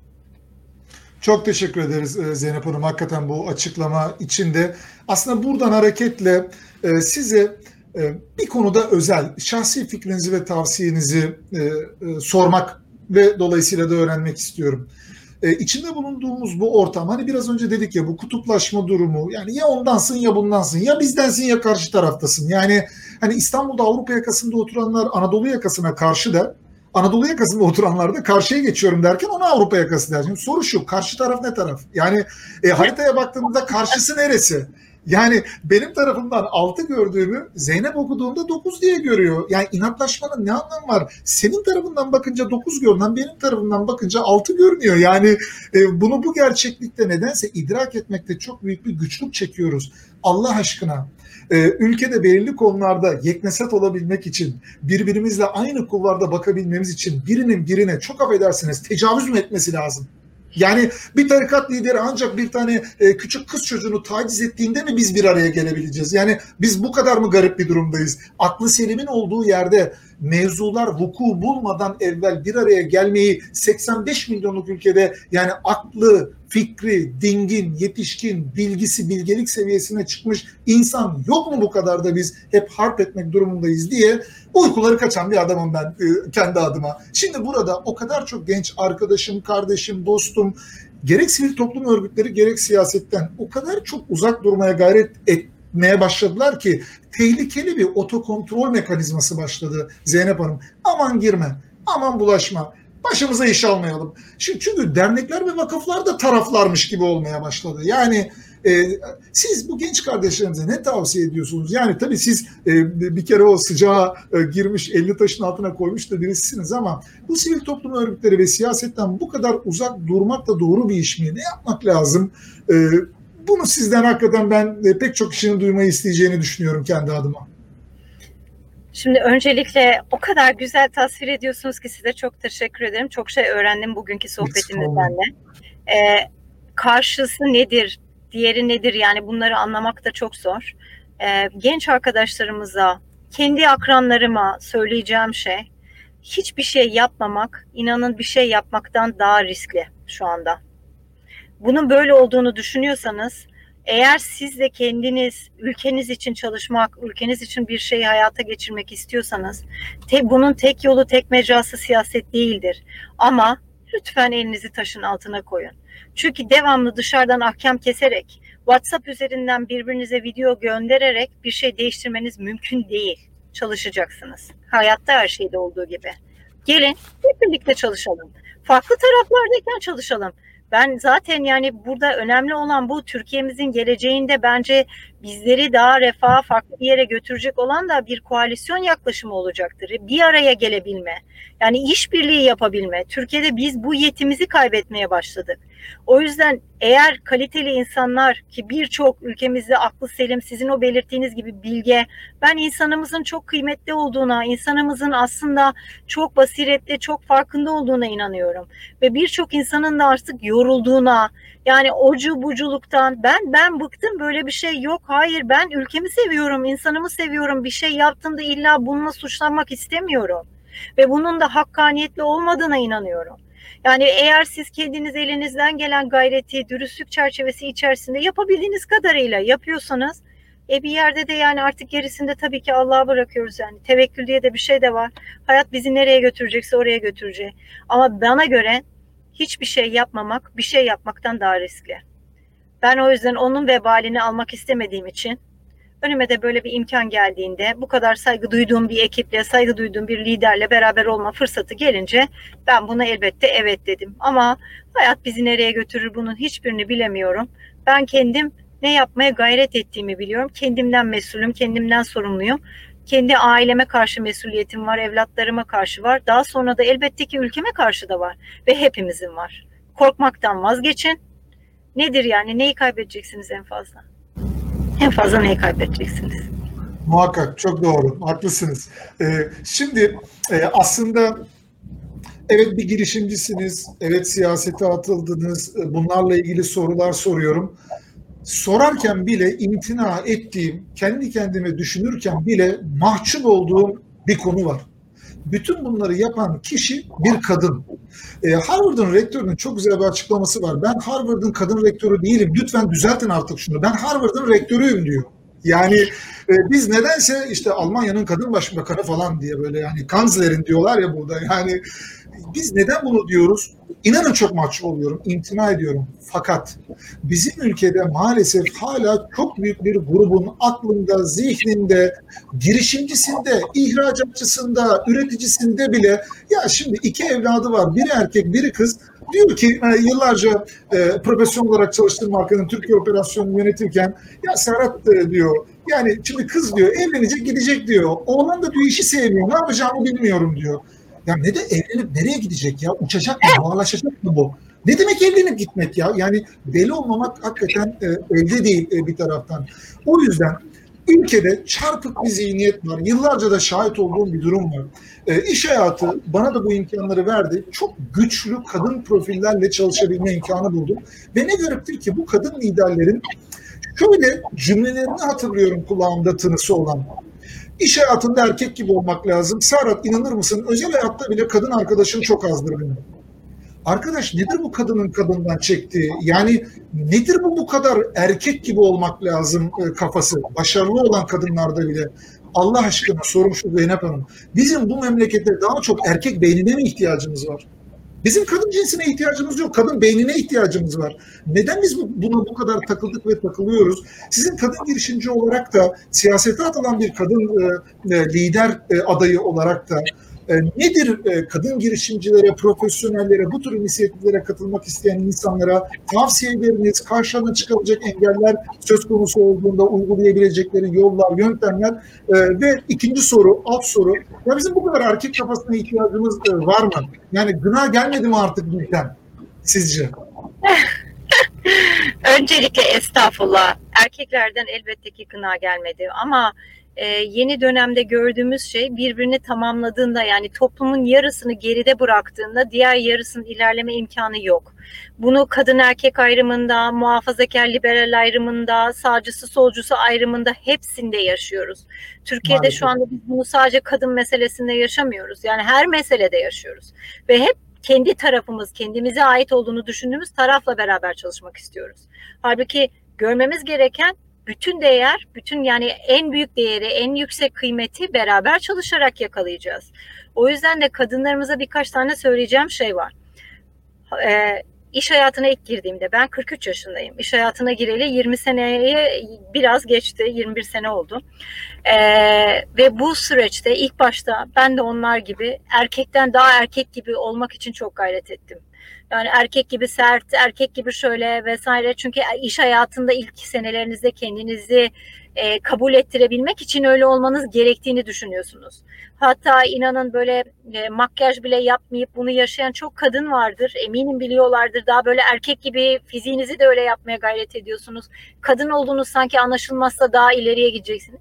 A: Çok teşekkür ederiz Zeynep Hanım. Hakikaten bu açıklama içinde. Aslında buradan hareketle size bir konuda özel, şahsi fikrinizi ve tavsiyenizi sormak ve dolayısıyla da öğrenmek istiyorum. İçinde bulunduğumuz bu ortam, hani biraz önce dedik ya, bu kutuplaşma durumu, yani ya ondansın ya bundansın, ya bizdensin ya karşı taraftasın. Yani hani İstanbul'da Avrupa yakasında oturanlar Anadolu yakasına karşı da, Anadolu yakasında oturanlar da karşıya geçiyorum derken ona Avrupa yakası der. Şimdi soru şu, karşı taraf ne taraf? Yani e, haritaya baktığımızda karşısı neresi? Yani benim tarafımdan altı gördüğümü Zeynep okuduğunda dokuz diye görüyor. Yani inatlaşmanın ne anlamı var? Senin tarafından bakınca dokuz görünen, benim tarafımdan bakınca altı görünüyor. Yani e, bunu bu gerçeklikte nedense idrak etmekte çok büyük bir güçlük çekiyoruz. Allah aşkına. Ee, ülkede belirli konularda yekneset olabilmek için, birbirimizle aynı kulvarda bakabilmemiz için birinin birine, çok affedersiniz, tecavüz mü etmesi lazım? Yani bir tarikat lideri ancak bir tane e, küçük kız çocuğunu taciz ettiğinde mi biz bir araya gelebileceğiz? Yani biz bu kadar mı garip bir durumdayız? Aklı selimin olduğu yerde mevzular vuku bulmadan evvel bir araya gelmeyi seksen beş milyonluk ülkede, yani aklı, fikri, dingin, yetişkin, bilgisi, bilgelik seviyesine çıkmış insan yok mu bu kadar da biz hep harp etmek durumundayız diye uykuları kaçan bir adamım ben e, kendi adıma. Şimdi burada o kadar çok genç arkadaşım, kardeşim, dostum, gerek sivil toplum örgütleri gerek siyasetten o kadar çok uzak durmaya gayret etmeye başladılar ki tehlikeli bir otokontrol mekanizması başladı Zeynep Hanım. Aman girme, aman bulaşma, başımıza iş almayalım. Şimdi çünkü dernekler ve vakıflar da taraflarmış gibi olmaya başladı. Yani e, siz bu genç kardeşlerimize ne tavsiye ediyorsunuz? Yani tabii siz e, bir kere o sıcağa e, girmiş, elli taşın altına koymuş da birisiniz ama bu sivil toplum örgütleri ve siyasetten bu kadar uzak durmak da doğru bir iş mi? Ne yapmak lazım? E, bunu sizden hakikaten ben e, pek çok kişinin duymayı isteyeceğini düşünüyorum kendi adıma.
B: Şimdi öncelikle o kadar güzel tasvir ediyorsunuz ki size çok teşekkür ederim. Çok şey öğrendim bugünkü sohbetimizden de. Ee, karşısı nedir, diğeri nedir, yani bunları anlamak da çok zor. Ee, genç arkadaşlarımıza, kendi akranlarıma söyleyeceğim şey, hiçbir şey yapmamak, inanın bir şey yapmaktan daha riskli şu anda. Bunun böyle olduğunu düşünüyorsanız, eğer siz de kendiniz ülkeniz için çalışmak, ülkeniz için bir şeyi hayata geçirmek istiyorsanız, te, bunun tek yolu, tek mecrası siyaset değildir. Ama lütfen elinizi taşın altına koyun. Çünkü devamlı dışarıdan ahkam keserek, WhatsApp üzerinden birbirinize video göndererek bir şey değiştirmeniz mümkün değil. Çalışacaksınız. Hayatta her şeyde olduğu gibi. Gelin hep birlikte çalışalım. Farklı taraflardayken çalışalım. Ben zaten yani burada önemli olan bu, Türkiye'mizin geleceğinde bence bizleri daha refaha, farklı bir yere götürecek olan da bir koalisyon yaklaşımı olacaktır. Bir araya gelebilme, yani işbirliği yapabilme. Türkiye'de biz bu yetimizi kaybetmeye başladık. O yüzden eğer kaliteli insanlar, ki birçok ülkemizde aklı selim, sizin o belirttiğiniz gibi bilge, ben insanımızın çok kıymetli olduğuna, insanımızın aslında çok basiretli, çok farkında olduğuna inanıyorum. Ve birçok insanın da artık yorulduğuna, yani ocu buculuktan, ben ben bıktım, böyle bir şey yok. Hayır, ben ülkemi seviyorum, insanımı seviyorum. Bir şey yaptığımda illa bununla suçlanmak istemiyorum. Ve bunun da hakkaniyetli olmadığına inanıyorum. Yani eğer siz kendiniz elinizden gelen gayreti, dürüstlük çerçevesi içerisinde yapabildiğiniz kadarıyla yapıyorsanız, e bir yerde de yani artık gerisinde tabii ki Allah'a bırakıyoruz yani. Tevekkül diye de bir şey de var. Hayat bizi nereye götürecekse oraya götürecek. Ama bana göre hiçbir şey yapmamak, bir şey yapmaktan daha riskli. Ben o yüzden onun vebalini almak istemediğim için, önüme de böyle bir imkan geldiğinde, bu kadar saygı duyduğum bir ekiple, saygı duyduğum bir liderle beraber olma fırsatı gelince ben buna elbette evet dedim. Ama hayat bizi nereye götürür, bunun hiçbirini bilemiyorum. Ben kendim ne yapmaya gayret ettiğimi biliyorum. Kendimden mesulüm, kendimden sorumluyum. Kendi aileme karşı mesuliyetim var, evlatlarıma karşı var. Daha sonra da elbette ki ülkeme karşı da var. Ve hepimizin var. Korkmaktan vazgeçin. Nedir yani? Neyi kaybedeceksiniz en fazla? En fazla neyi kaybedeceksiniz?
A: Muhakkak, çok doğru, haklısınız. Ee, şimdi e, aslında evet bir girişimcisiniz, evet siyasete atıldınız, bunlarla ilgili sorular soruyorum. Sorarken bile imtina ettiğim, kendi kendime düşünürken bile mahcup olduğum bir konu var. Bütün bunları yapan kişi bir kadın. Ee, Harvard'ın rektörünün çok güzel bir açıklaması var. Ben Harvard'ın kadın rektörü değilim. Lütfen düzeltin artık şunu. Ben Harvard'ın rektörüyüm diyor. Yani e, biz nedense işte Almanya'nın kadın başbakanı falan diye böyle yani kanslerin diyorlar ya burada. Yani biz neden bunu diyoruz? İnanın çok mahcup oluyorum, imtina ediyorum. Fakat bizim ülkede maalesef hala çok büyük bir grubun aklında, zihninde, girişimcisinde, ihracatçısında, üreticisinde bile ya şimdi iki evladı var, biri erkek, biri kız. Diyor ki e, yıllarca e, profesyonel olarak çalıştığım markanın Türkiye operasyonunu yönetirken ya Serhat e, diyor yani şimdi kız diyor evlenecek gidecek diyor. Oğlan da diyor işi sevmiyor, ne yapacağımı bilmiyorum diyor. Ya ne de evlenip nereye gidecek ya? Uçacak mı? Bağlaşacak mı bu? Ne demek evlenip gitmek ya? Yani deli olmamak hakikaten e, elde değil e, bir taraftan. O yüzden ülkede çarpık bir zihniyet var. Yıllarca da şahit olduğum bir durum var. E, iş hayatı bana da bu imkanları verdi. Çok güçlü kadın profillerle çalışabilme imkanı buldum. Ve ne gariptir ki bu kadın liderlerin şöyle cümlelerini hatırlıyorum kulağımda tınısı olan. İş hayatında erkek gibi olmak lazım. Serhat inanır mısın? Özel hayatta bile kadın arkadaşım çok azdır benim. Arkadaş nedir bu kadının kadından çektiği? Yani nedir bu bu kadar erkek gibi olmak lazım kafası? Başarılı olan kadınlarda bile. Allah aşkına sorum şu Zeynep Hanım. Bizim bu memlekette daha çok erkek beynine mi ihtiyacımız var? Bizim kadın cinsine ihtiyacımız yok. Kadın beynine ihtiyacımız var. Neden biz buna bu kadar takıldık ve takılıyoruz? Sizin kadın girişimci olarak da siyasete atılan bir kadın e, lider e, adayı olarak da e, nedir e, kadın girişimcilere, profesyonellere, bu tür inisiyatiflere katılmak isteyen insanlara tavsiyeleriniz, karşılarına çıkabilecek engeller söz konusu olduğunda uygulayabilecekleri yollar, yöntemler e, ve ikinci soru, alt soru. Ya bizim bu kadar erkek kafasına ihtiyacımız e, var mı? Yani gına gelmedi mi artık bizden sizce?
B: Öncelikle estağfurullah. Erkeklerden elbette ki gına gelmedi ama e, yeni dönemde gördüğümüz şey birbirini tamamladığında, yani toplumun yarısını geride bıraktığında diğer yarısının ilerleme imkanı yok. Bunu kadın erkek ayrımında, muhafazakar liberal ayrımında, sağcısı solcusu ayrımında hepsinde yaşıyoruz. Türkiye'de Maalesef. Şu anda biz bunu sadece kadın meselesinde yaşamıyoruz. Yani her meselede yaşıyoruz. Ve hep kendi tarafımız, kendimize ait olduğunu düşündüğümüz tarafla beraber çalışmak istiyoruz. Halbuki görmemiz gereken bütün değer, bütün yani en büyük değeri, en yüksek kıymeti beraber çalışarak yakalayacağız. O yüzden de kadınlarımıza birkaç tane söyleyeceğim şey var. Ee, İş hayatına ilk girdiğimde, ben kırk üç yaşındayım. İş hayatına gireli yirmi seneye biraz geçti, yirmi bir sene oldu. Ee, ve bu süreçte ilk başta ben de onlar gibi erkekten daha erkek gibi olmak için çok gayret ettim. Yani erkek gibi sert, erkek gibi şöyle vesaire. Çünkü iş hayatında ilk senelerinizde kendinizi e, kabul ettirebilmek için öyle olmanız gerektiğini düşünüyorsunuz. Hatta inanın böyle e, makyaj bile yapmayıp bunu yaşayan çok kadın vardır. Eminim biliyorlardır. Daha böyle erkek gibi fiziğinizi de öyle yapmaya gayret ediyorsunuz. Kadın olduğunuz sanki anlaşılmazsa daha ileriye gideceksiniz.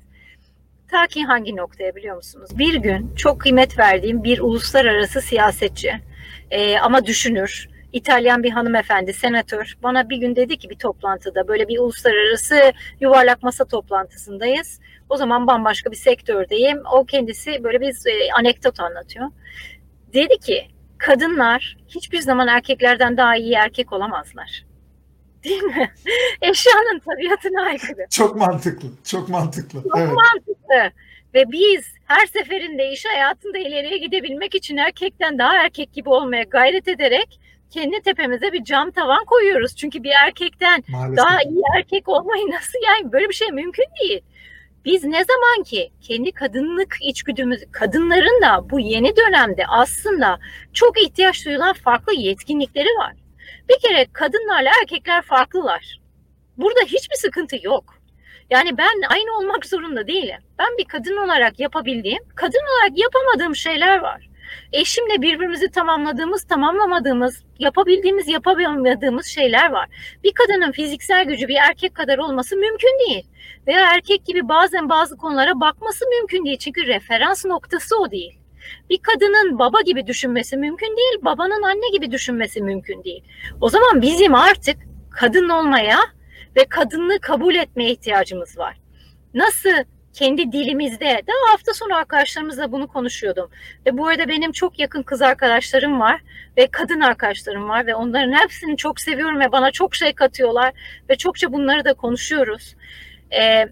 B: Ta ki hangi noktaya biliyor musunuz? Bir gün çok kıymet verdiğim bir uluslararası siyasetçi e, ama düşünür, İtalyan bir hanımefendi, senatör bana bir gün dedi ki bir toplantıda, böyle bir uluslararası yuvarlak masa toplantısındayız. O zaman bambaşka bir sektördeyim. O kendisi böyle bir e, anekdot anlatıyor. Dedi ki kadınlar hiçbir zaman erkeklerden daha iyi erkek olamazlar. Değil mi? Eşyanın tabiatına aykırı.
A: Çok mantıklı, çok mantıklı.
B: Çok
A: Evet.
B: mantıklı. Ve biz her seferinde iş hayatında ileriye gidebilmek için erkekten daha erkek gibi olmaya gayret ederek kendi tepemize bir cam tavan koyuyoruz. Çünkü bir erkekten
A: Maalesef.
B: daha iyi erkek olmayı nasıl, yani böyle bir şey mümkün değil. Biz ne zaman ki kendi kadınlık içgüdümüz, kadınların da bu yeni dönemde aslında çok ihtiyaç duyulan farklı yetkinlikleri var. Bir kere kadınlarla erkekler farklılar. Burada hiçbir sıkıntı yok. Yani ben aynı olmak zorunda değilim. Ben bir kadın olarak yapabildiğim, kadın olarak yapamadığım şeyler var. Eşimle birbirimizi tamamladığımız, tamamlamadığımız, yapabildiğimiz, yapamadığımız şeyler var. Bir kadının fiziksel gücü bir erkek kadar olması mümkün değil. Veya erkek gibi bazen bazı konulara bakması mümkün değil. Çünkü referans noktası o değil. Bir kadının baba gibi düşünmesi mümkün değil, babanın anne gibi düşünmesi mümkün değil. O zaman bizim artık kadın olmaya ve kadınlığı kabul etmeye ihtiyacımız var. Nasıl kendi dilimizde, daha hafta sonu arkadaşlarımızla bunu konuşuyordum. Ve bu arada benim çok yakın kız arkadaşlarım var ve kadın arkadaşlarım var ve onların hepsini çok seviyorum ve bana çok şey katıyorlar ve çokça bunları da konuşuyoruz. Ee,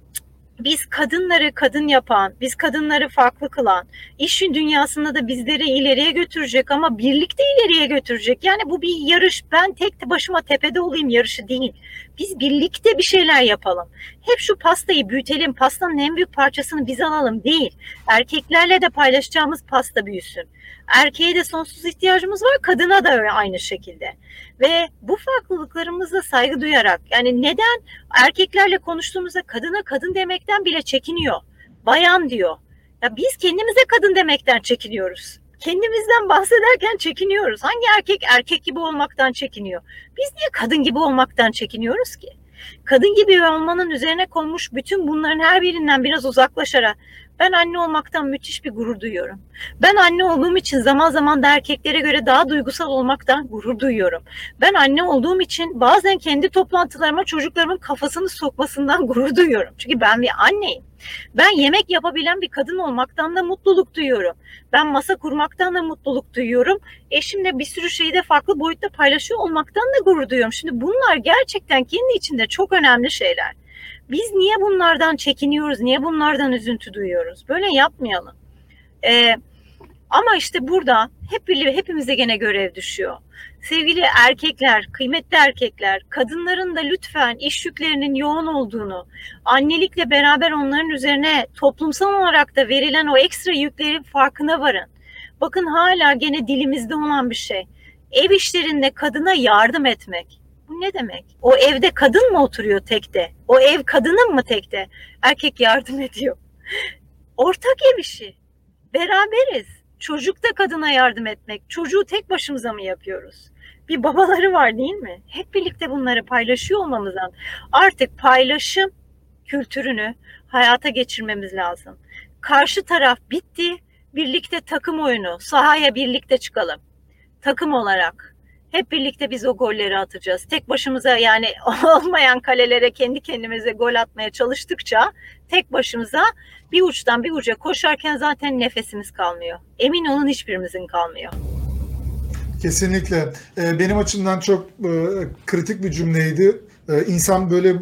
B: Biz kadınları kadın yapan, biz kadınları farklı kılan, işin dünyasında da bizleri ileriye götürecek ama birlikte ileriye götürecek. Yani bu bir yarış, ben tek başıma tepede olayım yarışı değil. Biz birlikte bir şeyler yapalım. Hep şu pastayı büyütelim, pastanın en büyük parçasını biz alalım değil. Erkeklerle de paylaşacağımız pasta büyüsün. Erkeğe de sonsuz ihtiyacımız var, kadına da aynı şekilde. Ve bu farklılıklarımıza saygı duyarak, yani neden erkeklerle konuştuğumuzda kadına kadın demekten bile çekiniyor. Bayan diyor. Ya biz kendimize kadın demekten çekiniyoruz. Kendimizden bahsederken çekiniyoruz. Hangi erkek erkek gibi olmaktan çekiniyor? Biz niye kadın gibi olmaktan çekiniyoruz ki? Kadın gibi olmanın üzerine konmuş bütün bunların her birinden biraz uzaklaşarak ben anne olmaktan müthiş bir gurur duyuyorum. Ben anne olduğum için zaman zaman da erkeklere göre daha duygusal olmaktan gurur duyuyorum. Ben anne olduğum için bazen kendi toplantılarıma çocuklarımın kafasını sokmasından gurur duyuyorum. Çünkü ben bir anneyim. Ben yemek yapabilen bir kadın olmaktan da mutluluk duyuyorum. Ben masa kurmaktan da mutluluk duyuyorum. Eşimle bir sürü şeyi de farklı boyutta paylaşıyor olmaktan da gurur duyuyorum. Şimdi bunlar gerçekten kendi içinde çok önemli şeyler. Biz niye bunlardan çekiniyoruz? Niye bunlardan üzüntü duyuyoruz? Böyle yapmayalım. Ee, ama işte burada hep birlikte hepimize gene görev düşüyor. Sevgili erkekler, kıymetli erkekler, kadınların da lütfen iş yüklerinin yoğun olduğunu, annelikle beraber onların üzerine toplumsal olarak da verilen o ekstra yüklerin farkına varın. Bakın hala gene dilimizde olan bir şey. Ev işlerinde kadına yardım etmek. Bu ne demek? O evde kadın mı oturuyor tekte? O ev kadının mı tekte? Erkek yardım ediyor. Ortak ev işi. Beraberiz. Çocuk da kadına yardım etmek. Çocuğu tek başımıza mı yapıyoruz? Bir babaları var değil mi? Hep birlikte bunları paylaşıyor olmamızdan artık paylaşım kültürünü hayata geçirmemiz lazım. Karşı taraf bitti. Birlikte takım oyunu. Sahaya birlikte çıkalım. Takım olarak. Hep birlikte biz o golleri atacağız. Tek başımıza, yani olmayan kalelere kendi kendimize gol atmaya çalıştıkça tek başımıza bir uçtan bir uca koşarken zaten nefesimiz kalmıyor. Emin olun hiçbirimizin kalmıyor.
A: Kesinlikle. Benim açımdan çok kritik bir cümleydi. İnsan böyle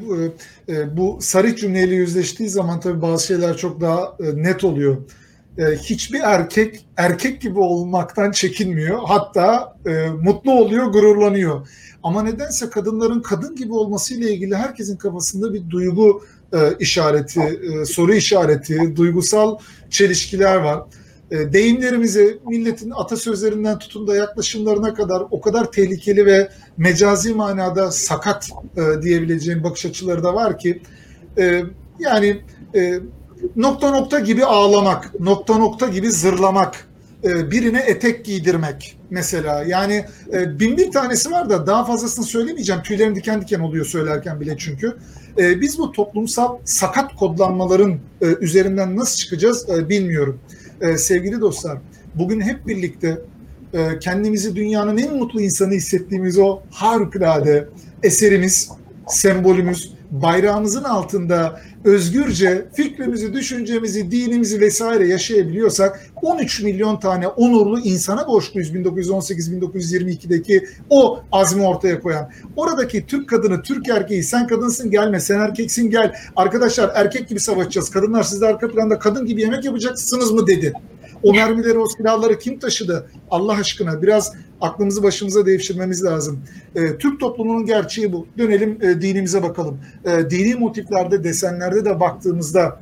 A: bu sarı cümleyle yüzleştiği zaman tabii bazı şeyler çok daha net oluyor. Hiçbir erkek erkek gibi olmaktan çekinmiyor. Hatta e, mutlu oluyor, gururlanıyor. Ama nedense kadınların kadın gibi olmasıyla ilgili herkesin kafasında bir duygu e, işareti, e, soru işareti, duygusal çelişkiler var. E, deyimlerimizi, milletin atasözlerinden tutun da yaklaşımlarına kadar o kadar tehlikeli ve mecazi manada sakat e, diyebileceğim bakış açıları da var ki e, yani e, nokta nokta gibi ağlamak, nokta nokta gibi zırlamak, e, birine etek giydirmek mesela. Yani e, bin bir tanesi var da daha fazlasını söylemeyeceğim. Tüylerim diken diken oluyor söylerken bile çünkü. E, biz bu toplumsal sakat kodlanmaların e, üzerinden nasıl çıkacağız e, bilmiyorum. E, sevgili dostlar, bugün hep birlikte e, kendimizi dünyanın en mutlu insanı hissettiğimiz o harikulade eserimiz, sembolümüz, bayrağımızın altında özgürce fikrimizi, düşüncemizi, dinimizi vesaire yaşayabiliyorsak on üç milyon tane onurlu insana borçluyuz bin dokuz yüz on sekiz bin dokuz yüz yirmi ikideki o azmi ortaya koyan. Oradaki Türk kadını, Türk erkeği, sen kadınsın gelme, sen erkeksin gel. Arkadaşlar erkek gibi savaşacağız. Kadınlar siz de arka planda kadın gibi yemek yapacaksınız mı dedi. O mermileri, o silahları kim taşıdı? Allah aşkına biraz aklımızı başımıza devşirmemiz lazım. E, Türk toplumunun gerçeği bu. Dönelim e, dinimize bakalım. E, dini motiflerde, desenlerde de baktığımızda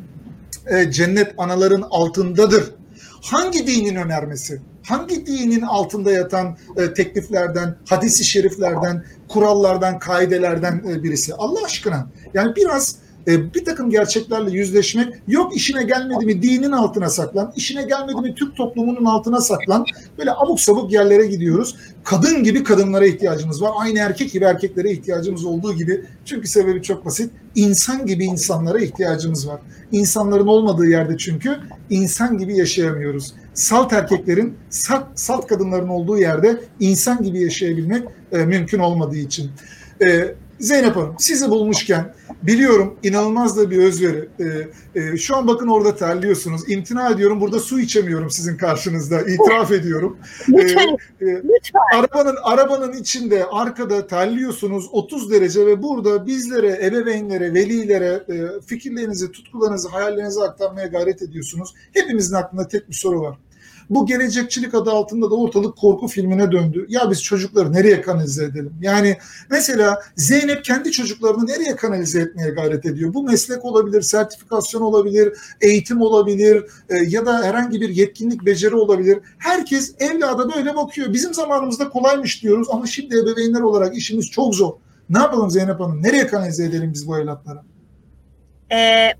A: e, cennet anaların altındadır. Hangi dinin önermesi? Hangi dinin altında yatan e, tekliflerden, hadis-i şeriflerden, kurallardan, kaidelerden e, birisi? Allah aşkına. Yani biraz e, bir takım gerçeklerle yüzleşmek, yok işine gelmedi mi dinin altına saklan, işine gelmedi mi Türk toplumunun altına saklan, böyle abuk sabuk yerlere gidiyoruz. Kadın gibi kadınlara ihtiyacımız var. Aynı erkek gibi erkeklere ihtiyacımız olduğu gibi. Çünkü sebebi çok basit. İnsan gibi insanlara ihtiyacımız var. İnsanların olmadığı yerde çünkü insan gibi yaşayamıyoruz. Salt erkeklerin, salt, salt kadınların olduğu yerde insan gibi yaşayabilmek e, mümkün olmadığı için. E, Zeynep Hanım, sizi bulmuşken biliyorum inanılmaz da bir özveri. Ee, e, şu an bakın orada terliyorsunuz. İmtina ediyorum. Burada su içemiyorum sizin karşınızda. İtiraf ediyorum.
B: Lütfen,
A: Ee, e,
B: lütfen.
A: Arabanın arabanın içinde arkada terliyorsunuz otuz derece ve burada bizlere, ebeveynlere, velilere e, fikirlerinizi, tutkularınızı, hayallerinizi aktarmaya gayret ediyorsunuz. Hepimizin aklında tek bir soru var. Bu gelecekçilik adı altında da ortalık korku filmine döndü. Ya biz çocukları nereye kanalize edelim? Yani mesela Zeynep kendi çocuklarını nereye kanalize etmeye gayret ediyor? Bu meslek olabilir, sertifikasyon olabilir, eğitim olabilir e, ya da herhangi bir yetkinlik, beceri olabilir. Herkes evlada böyle bakıyor. Bizim zamanımızda kolaymış diyoruz ama şimdi ebeveynler olarak işimiz çok zor. Ne yapalım Zeynep Hanım? Nereye kanalize edelim biz bu evlatları?
B: Ee,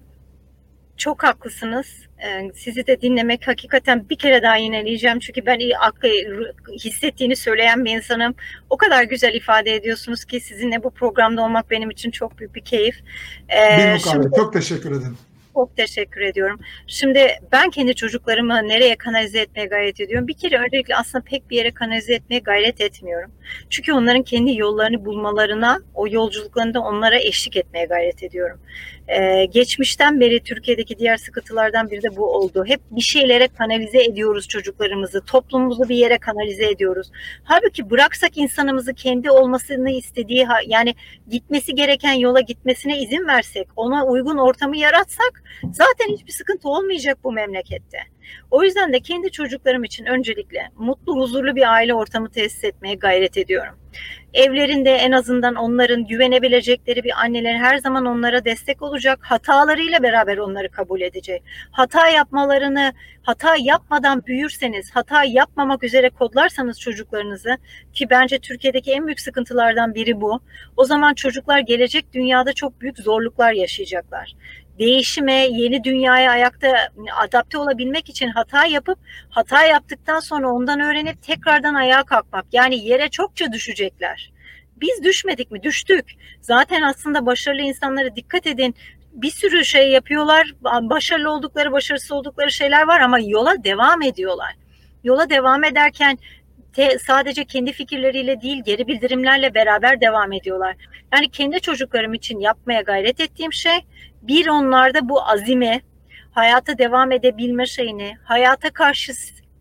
B: çok haklısınız. Ee, sizi de dinlemek hakikaten bir kere daha yineleyeceğim. Çünkü ben iyi aklı hissettiğini söyleyen bir insanım. O kadar güzel ifade ediyorsunuz ki sizinle bu programda olmak benim için çok büyük bir keyif. Ee,
A: Bir mukabele.
B: şimdi,
A: Çok teşekkür ederim.
B: Çok teşekkür ediyorum. Şimdi ben kendi çocuklarımı nereye kanalize etmeye gayret ediyorum? Bir kere öncelikle aslında pek bir yere kanalize etmeye gayret etmiyorum. Çünkü onların kendi yollarını bulmalarına, o yolculuklarında onlara eşlik etmeye gayret ediyorum. Ee, geçmişten beri Türkiye'deki diğer sıkıntılardan biri de bu oldu. Hep bir şeylere kanalize ediyoruz çocuklarımızı, toplumumuzu bir yere kanalize ediyoruz. Halbuki bıraksak insanımızı kendi olmasını istediği, yani gitmesi gereken yola gitmesine izin versek, ona uygun ortamı yaratsak zaten hiçbir sıkıntı olmayacak bu memlekette. O yüzden de kendi çocuklarım için öncelikle mutlu, huzurlu bir aile ortamı tesis etmeye gayret ediyorum. Evlerinde en azından onların güvenebilecekleri bir anneler her zaman onlara destek olacak. Hatalarıyla beraber onları kabul edecek. Hata yapmalarını, hata yapmadan büyürseniz, hata yapmamak üzere kodlarsanız çocuklarınızı, ki bence Türkiye'deki en büyük sıkıntılardan biri bu. O zaman çocuklar gelecek dünyada çok büyük zorluklar yaşayacaklar. Değişime, yeni dünyaya ayakta adapte olabilmek için hata yapıp hata yaptıktan sonra ondan öğrenip tekrardan ayağa kalkmak. Yani yere çokça düşecekler. Biz düşmedik mi? Düştük. Zaten aslında başarılı insanlara dikkat edin. Bir sürü şey yapıyorlar. Başarılı oldukları, başarısız oldukları şeyler var ama yola devam ediyorlar. Yola devam ederken Te, sadece kendi fikirleriyle değil, geri bildirimlerle beraber devam ediyorlar. Yani kendi çocuklarım için yapmaya gayret ettiğim şey, bir onlarda bu azimi, hayata devam edebilme şeyini, hayata karşı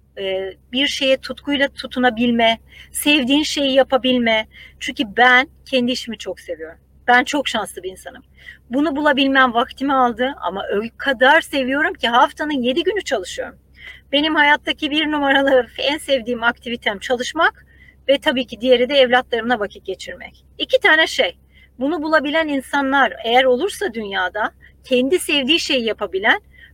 B: e, bir şeye tutkuyla tutunabilme, sevdiğin şeyi yapabilme. Çünkü ben kendi işimi çok seviyorum. Ben çok şanslı bir insanım. Bunu bulabilmem vaktimi aldı ama o kadar seviyorum ki haftanın yedi günü çalışıyorum. Benim hayattaki bir numaralı en sevdiğim aktivitem çalışmak ve tabii ki diğeri de evlatlarımla vakit geçirmek. İki tane şey. Bunu bulabilen insanlar eğer olursa dünyada kendi sevdiği şeyi yapabilen,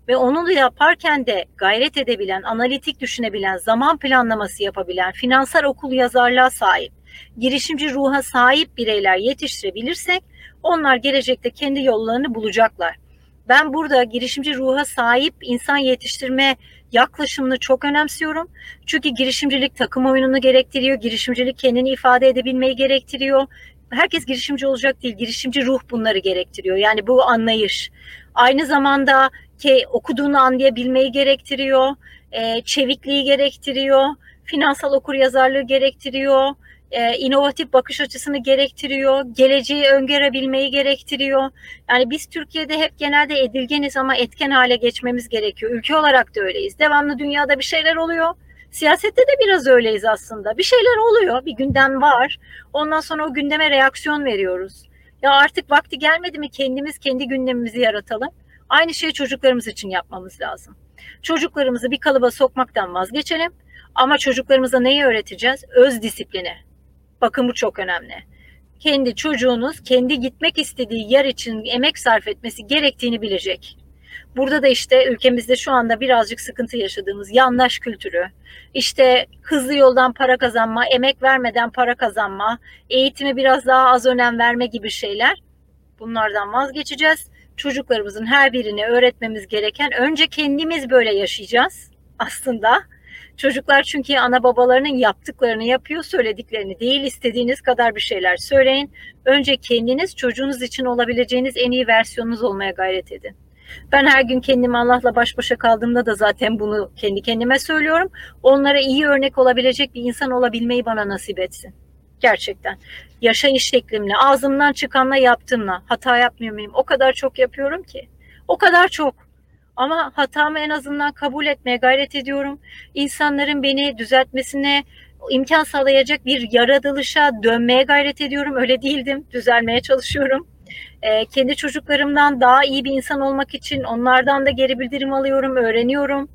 B: ve onu da yaparken de gayret edebilen, analitik düşünebilen, zaman planlaması yapabilen, finansal okul yazarlığa sahip, girişimci ruha sahip bireyler yetiştirebilirsek onlar gelecekte kendi yollarını bulacaklar. Ben burada girişimci ruha sahip insan yetiştirme yaklaşımını çok önemsiyorum. Çünkü girişimcilik takım oyununu gerektiriyor. Girişimcilik kendini ifade edebilmeyi gerektiriyor. Herkes girişimci olacak değil. Girişimci ruh bunları gerektiriyor. Yani bu anlayış. Aynı zamanda ki okuduğunu anlayabilmeyi gerektiriyor. E, çevikliği gerektiriyor. Finansal okuryazarlığı gerektiriyor. E, inovatif bakış açısını gerektiriyor. Geleceği öngörebilmeyi gerektiriyor. Yani biz Türkiye'de hep genelde edilgeniz ama etken hale geçmemiz gerekiyor. Ülke olarak da öyleyiz. Devamlı dünyada bir şeyler oluyor. Siyasette de biraz öyleyiz aslında. Bir şeyler oluyor, bir gündem var. Ondan sonra o gündeme reaksiyon veriyoruz. Ya artık vakti gelmedi mi kendimiz kendi gündemimizi yaratalım. Aynı şeyi çocuklarımız için yapmamız lazım. Çocuklarımızı bir kalıba sokmaktan vazgeçelim. Ama çocuklarımıza neyi öğreteceğiz? Öz disiplini. Bakın bu çok önemli. Kendi çocuğunuz kendi gitmek istediği yer için emek sarf etmesi gerektiğini bilecek. Burada da işte ülkemizde şu anda birazcık sıkıntı yaşadığımız yandaş kültürü, işte hızlı yoldan para kazanma, emek vermeden para kazanma, eğitime biraz daha az önem verme gibi şeyler, bunlardan vazgeçeceğiz. Çocuklarımızın her birine öğretmemiz gereken, önce kendimiz böyle yaşayacağız aslında. Çocuklar çünkü ana babalarının yaptıklarını yapıyor, söylediklerini değil. İstediğiniz kadar bir şeyler söyleyin. Önce kendiniz çocuğunuz için olabileceğiniz en iyi versiyonunuz olmaya gayret edin. Ben her gün kendimi Allah'la baş başa kaldığımda da zaten bunu kendi kendime söylüyorum. Onlara iyi örnek olabilecek bir insan olabilmeyi bana nasip etsin. Gerçekten. Yaşayış şeklimle, ağzımdan çıkanla yaptığımla hata yapmıyor muyum? O kadar çok yapıyorum ki. O kadar çok. Ama hatamı en azından kabul etmeye gayret ediyorum. İnsanların beni düzeltmesine imkan sağlayacak bir yaratılışa dönmeye gayret ediyorum. Öyle değildim. Düzelmeye çalışıyorum. Ee, kendi çocuklarımdan daha iyi bir insan olmak için onlardan da geri bildirim alıyorum, öğreniyorum.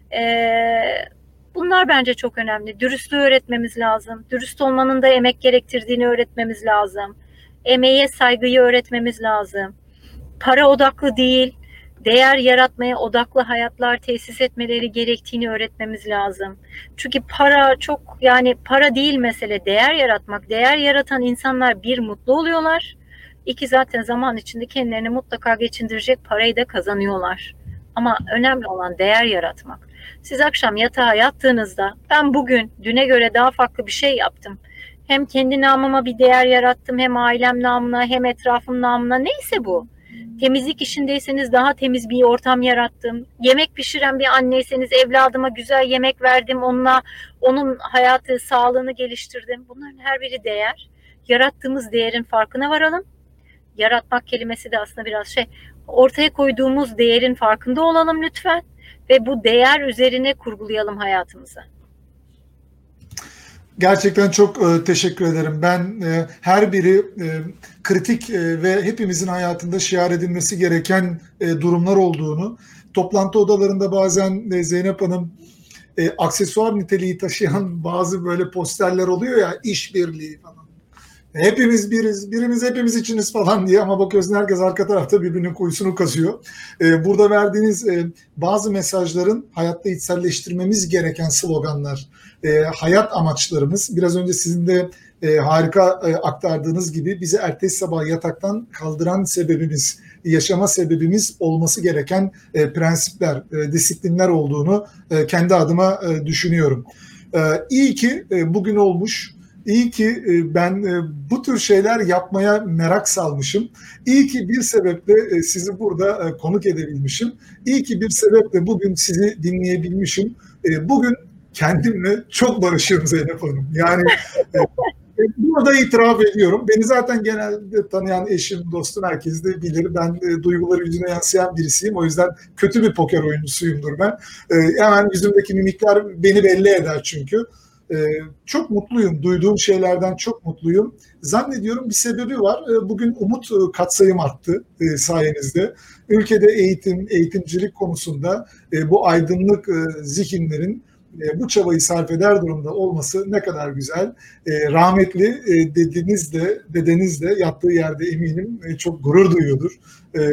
B: Ee, bunlar bence çok önemli. Dürüstlüğü öğretmemiz lazım. Dürüst olmanın da emek gerektirdiğini öğretmemiz lazım. Emeğe saygıyı öğretmemiz lazım. Para odaklı değil, değer yaratmaya odaklı hayatlar tesis etmeleri gerektiğini öğretmemiz lazım. Çünkü para çok, yani para değil mesele, değer yaratmak. Değer yaratan insanlar bir mutlu oluyorlar. İki zaten zaman içinde kendilerini mutlaka geçindirecek parayı da kazanıyorlar. Ama önemli olan değer yaratmak. Siz akşam yatağa yattığınızda ben bugün düne göre daha farklı bir şey yaptım. Hem kendi namıma bir değer yarattım, hem ailem namına, hem etrafım namına, neyse bu. Temizlik işindeyseniz daha temiz bir ortam yarattım. Yemek pişiren bir anneyseniz evladıma güzel yemek verdim. Onunla, onun hayatı, sağlığını geliştirdim. Bunların her biri değer. Yarattığımız değerin farkına varalım. Yaratmak kelimesi de aslında biraz şey, ortaya koyduğumuz değerin farkında olalım lütfen. Ve bu değer üzerine kurgulayalım hayatımızı.
A: Gerçekten çok e, teşekkür ederim. Ben e, her biri e, kritik e, ve hepimizin hayatında şiar edilmesi gereken e, durumlar olduğunu, toplantı odalarında bazen e, Zeynep Hanım e, aksesuar niteliği taşıyan bazı böyle posterler oluyor ya, işbirliği falan. Hepimiz biriz, birimiz hepimiz içiniz falan diye, ama bakıyorsun herkes arka tarafta birbirinin kuyusunu kazıyor. Ee, burada verdiğiniz e, bazı mesajların hayatta içselleştirmemiz gereken sloganlar, e, hayat amaçlarımız, biraz önce sizin de e, harika e, aktardığınız gibi bizi ertesi sabah yataktan kaldıran sebebimiz, yaşama sebebimiz olması gereken e, prensipler, e, disiplinler olduğunu e, kendi adıma e, düşünüyorum. E, iyi ki e, bugün olmuş. İyi ki ben bu tür şeyler yapmaya merak salmışım. İyi ki bir sebeple sizi burada konuk edebilmişim. İyi ki bir sebeple bugün sizi dinleyebilmişim. Bugün kendimle çok barışıyorum Zeynep Hanım. Yani burada itiraf ediyorum. Beni zaten genelde tanıyan eşim, dostum, herkes de bilir. Ben duyguları yüzüne yansıyan birisiyim. O yüzden kötü bir poker oyuncusuyumdur ben. Hemen yüzümdeki mimikler beni belli eder çünkü. Ee, çok mutluyum. Duyduğum şeylerden çok mutluyum. Zannediyorum bir sebebi var. Ee, bugün umut katsayım arttı e, sayenizde. Ülkede eğitim, eğitimcilik konusunda e, bu aydınlık e, zihinlerin e, bu çabayı sarf eder durumda olması ne kadar güzel. E, rahmetli e, dedeniz de, dedeniz de yattığı yerde eminim e, çok gurur duyuyordur. E,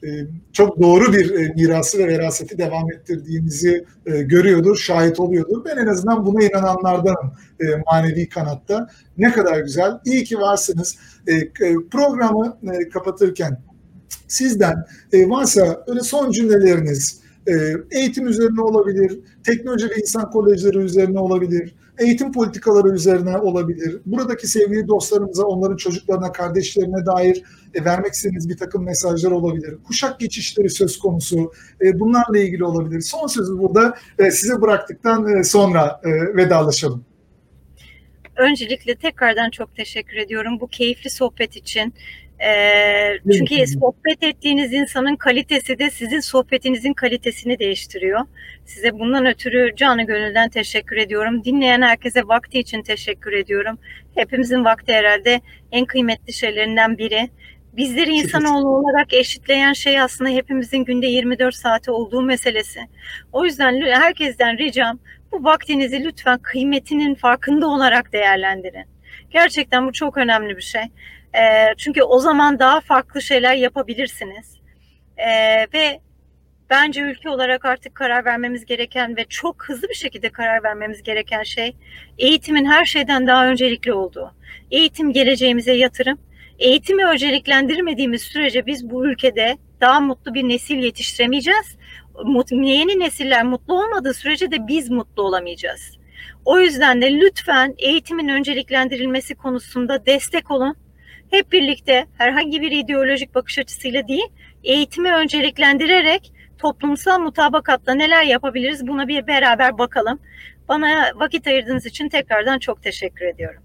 A: çok doğru bir mirası ve veraseti devam ettirdiğinizi görüyordur, şahit oluyordur. Ben en azından buna inananlardanım manevi kanatta. Ne kadar güzel. İyi ki varsınız. Programı kapatırken sizden varsa öyle son cümleleriniz, eğitim üzerine olabilir, teknoloji ve insan kolejleri üzerine olabilir, eğitim politikaları üzerine olabilir. Buradaki sevgili dostlarımıza, onların çocuklarına, kardeşlerine dair e, vermek istediğiniz bir takım mesajlar olabilir. Kuşak geçişleri söz konusu, e, bunlarla ilgili olabilir. Son sözü burada e, size bıraktıktan e, sonra e, vedalaşalım.
B: Öncelikle tekrardan çok teşekkür ediyorum bu keyifli sohbet için. Ee, çünkü evet. Sohbet ettiğiniz insanın kalitesi de sizin sohbetinizin kalitesini değiştiriyor. Size bundan ötürü canı gönülden teşekkür ediyorum. Dinleyen herkese vakti için teşekkür ediyorum. Hepimizin vakti herhalde en kıymetli şeylerinden biri. Bizleri insanoğlu olarak eşitleyen şey aslında hepimizin günde yirmi dört saati olduğu meselesi. O yüzden herkesten ricam bu vaktinizi lütfen kıymetinin farkında olarak değerlendirin. Gerçekten bu çok önemli bir şey. E, çünkü o zaman daha farklı şeyler yapabilirsiniz. E, ve bence ülke olarak artık karar vermemiz gereken ve çok hızlı bir şekilde karar vermemiz gereken şey eğitimin her şeyden daha öncelikli olduğu. Eğitim geleceğimize yatırım. Eğitimi önceliklendirmediğimiz sürece biz bu ülkede daha mutlu bir nesil yetiştiremeyeceğiz. Yeni nesiller mutlu olmadığı sürece de biz mutlu olamayacağız. O yüzden de lütfen eğitimin önceliklendirilmesi konusunda destek olun. Hep birlikte herhangi bir ideolojik bakış açısıyla değil, eğitimi önceliklendirerek toplumsal mutabakatla neler yapabiliriz buna bir beraber bakalım. Bana vakit ayırdığınız için tekrardan çok teşekkür ediyorum.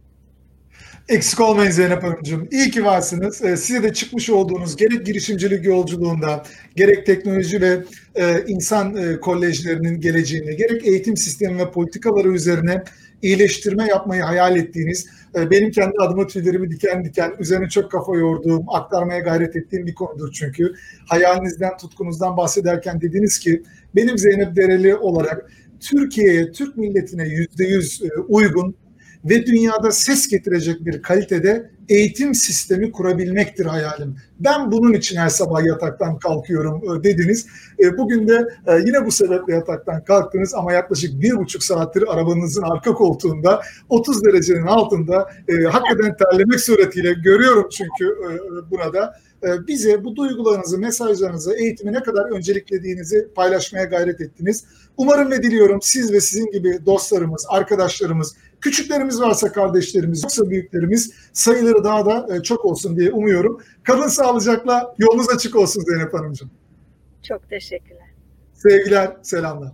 A: Eksik olmayın Zeynep Hanımcığım. İyi ki varsınız. Size de çıkmış olduğunuz gerek girişimcilik yolculuğunda, gerek teknoloji ve e, insan e, kolejlerinin geleceğine, gerek eğitim sistemi ve politikaları üzerine iyileştirme yapmayı hayal ettiğiniz, e, benim kendi adıma tüylerimi diken diken, üzerine çok kafa yorduğum, aktarmaya gayret ettiğim bir konudur çünkü. Hayalinizden, tutkunuzdan bahsederken dediniz ki, benim Zeynep Dereli olarak Türkiye'ye, Türk milletine yüzde yüz uygun ve dünyada ses getirecek bir kalitede eğitim sistemi kurabilmektir hayalim. Ben bunun için her sabah yataktan kalkıyorum dediniz. Bugün de yine bu sebeple yataktan kalktınız ama yaklaşık bir buçuk saattir arabanızın arka koltuğunda otuz derecenin altında hakikaten terlemek suretiyle görüyorum çünkü burada. Bize bu duygularınızı, mesajlarınızı, eğitimi ne kadar önceliklediğinizi paylaşmaya gayret ettiniz. Umarım ve diliyorum siz ve sizin gibi dostlarımız, arkadaşlarımız, küçüklerimiz varsa kardeşlerimiz, yoksa büyüklerimiz sayıları daha da çok olsun diye umuyorum. Kalın sağlıcakla, yolunuz açık olsun Zeynep Hanımcığım.
B: Çok teşekkürler.
A: Sevgiler, selamlar.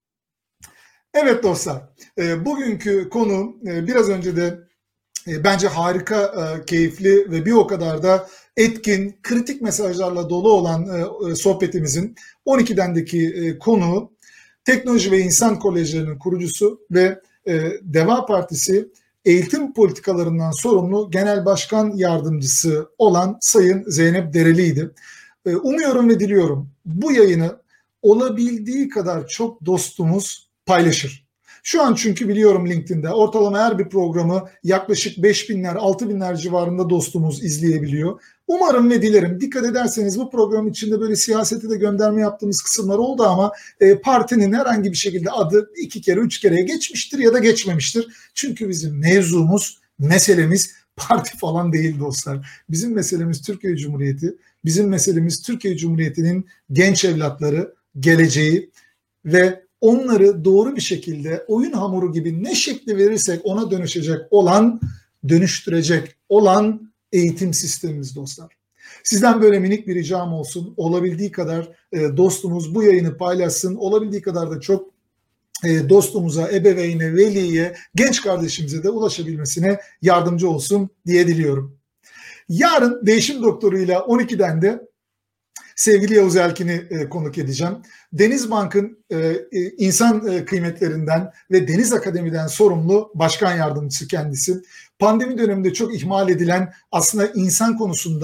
A: Evet dostlar, bugünkü konu biraz önce de bence harika, keyifli ve bir o kadar da etkin, kritik mesajlarla dolu olan sohbetimizin on ikidendeki konuğu Teknoloji ve İnsan Kolejlerinin kurucusu ve Deva Partisi eğitim politikalarından sorumlu Genel Başkan Yardımcısı olan Sayın Zeynep Dereli'ydi. Umuyorum ve diliyorum bu yayını olabildiği kadar çok dostumuz paylaşır. Şu an çünkü biliyorum LinkedIn'de ortalama her bir programı yaklaşık beş binler, altı binler civarında dostumuz izleyebiliyor. Umarım ve dilerim dikkat ederseniz bu program içinde böyle siyasete de gönderme yaptığımız kısımlar oldu ama e, partinin herhangi bir şekilde adı iki kere üç kere geçmiştir ya da geçmemiştir. Çünkü bizim mevzumuz, meselemiz parti falan değil dostlar. Bizim meselemiz Türkiye Cumhuriyeti, bizim meselemiz Türkiye Cumhuriyeti'nin genç evlatları, geleceği ve onları doğru bir şekilde oyun hamuru gibi ne şekli verirsek ona dönüşecek olan, dönüştürecek olan eğitim sistemimiz dostlar. Sizden böyle minik bir ricam olsun. Olabildiği kadar dostumuz bu yayını paylaşsın. Olabildiği kadar da çok dostumuza, ebeveyne, veliye, genç kardeşimize de ulaşabilmesine yardımcı olsun diye diliyorum. Yarın Değişim Doktoru'yla on ikiden de sevgili Yavuz Elkin'i e, konuk edeceğim. Denizbank'ın e, e, insan e, kıymetlerinden ve Deniz Akademi'den sorumlu başkan yardımcısı kendisi. Pandemi döneminde çok ihmal edilen aslında insan konusunda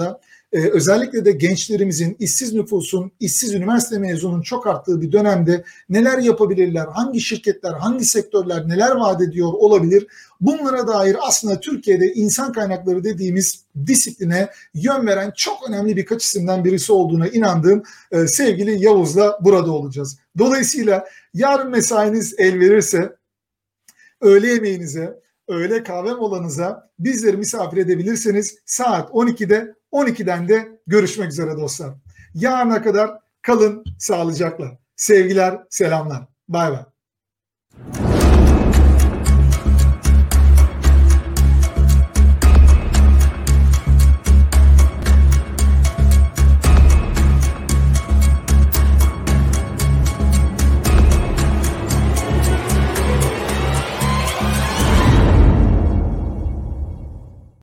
A: Ee, özellikle de gençlerimizin, işsiz nüfusun, işsiz üniversite mezununun çok arttığı bir dönemde neler yapabilirler, hangi şirketler, hangi sektörler neler vaat ediyor olabilir? Bunlara dair aslında Türkiye'de insan kaynakları dediğimiz disipline yön veren çok önemli birkaç isimden birisi olduğuna inandığım e, sevgili Yavuz'la burada olacağız. Dolayısıyla yarın mesainiz el verirse öğle yemeğinize, öğle kahve molanıza bizleri misafir edebilirseniz saat on ikide, on ikiden de görüşmek üzere dostlar. Yarına kadar kalın sağlıcakla. Sevgiler, selamlar. Bay bay.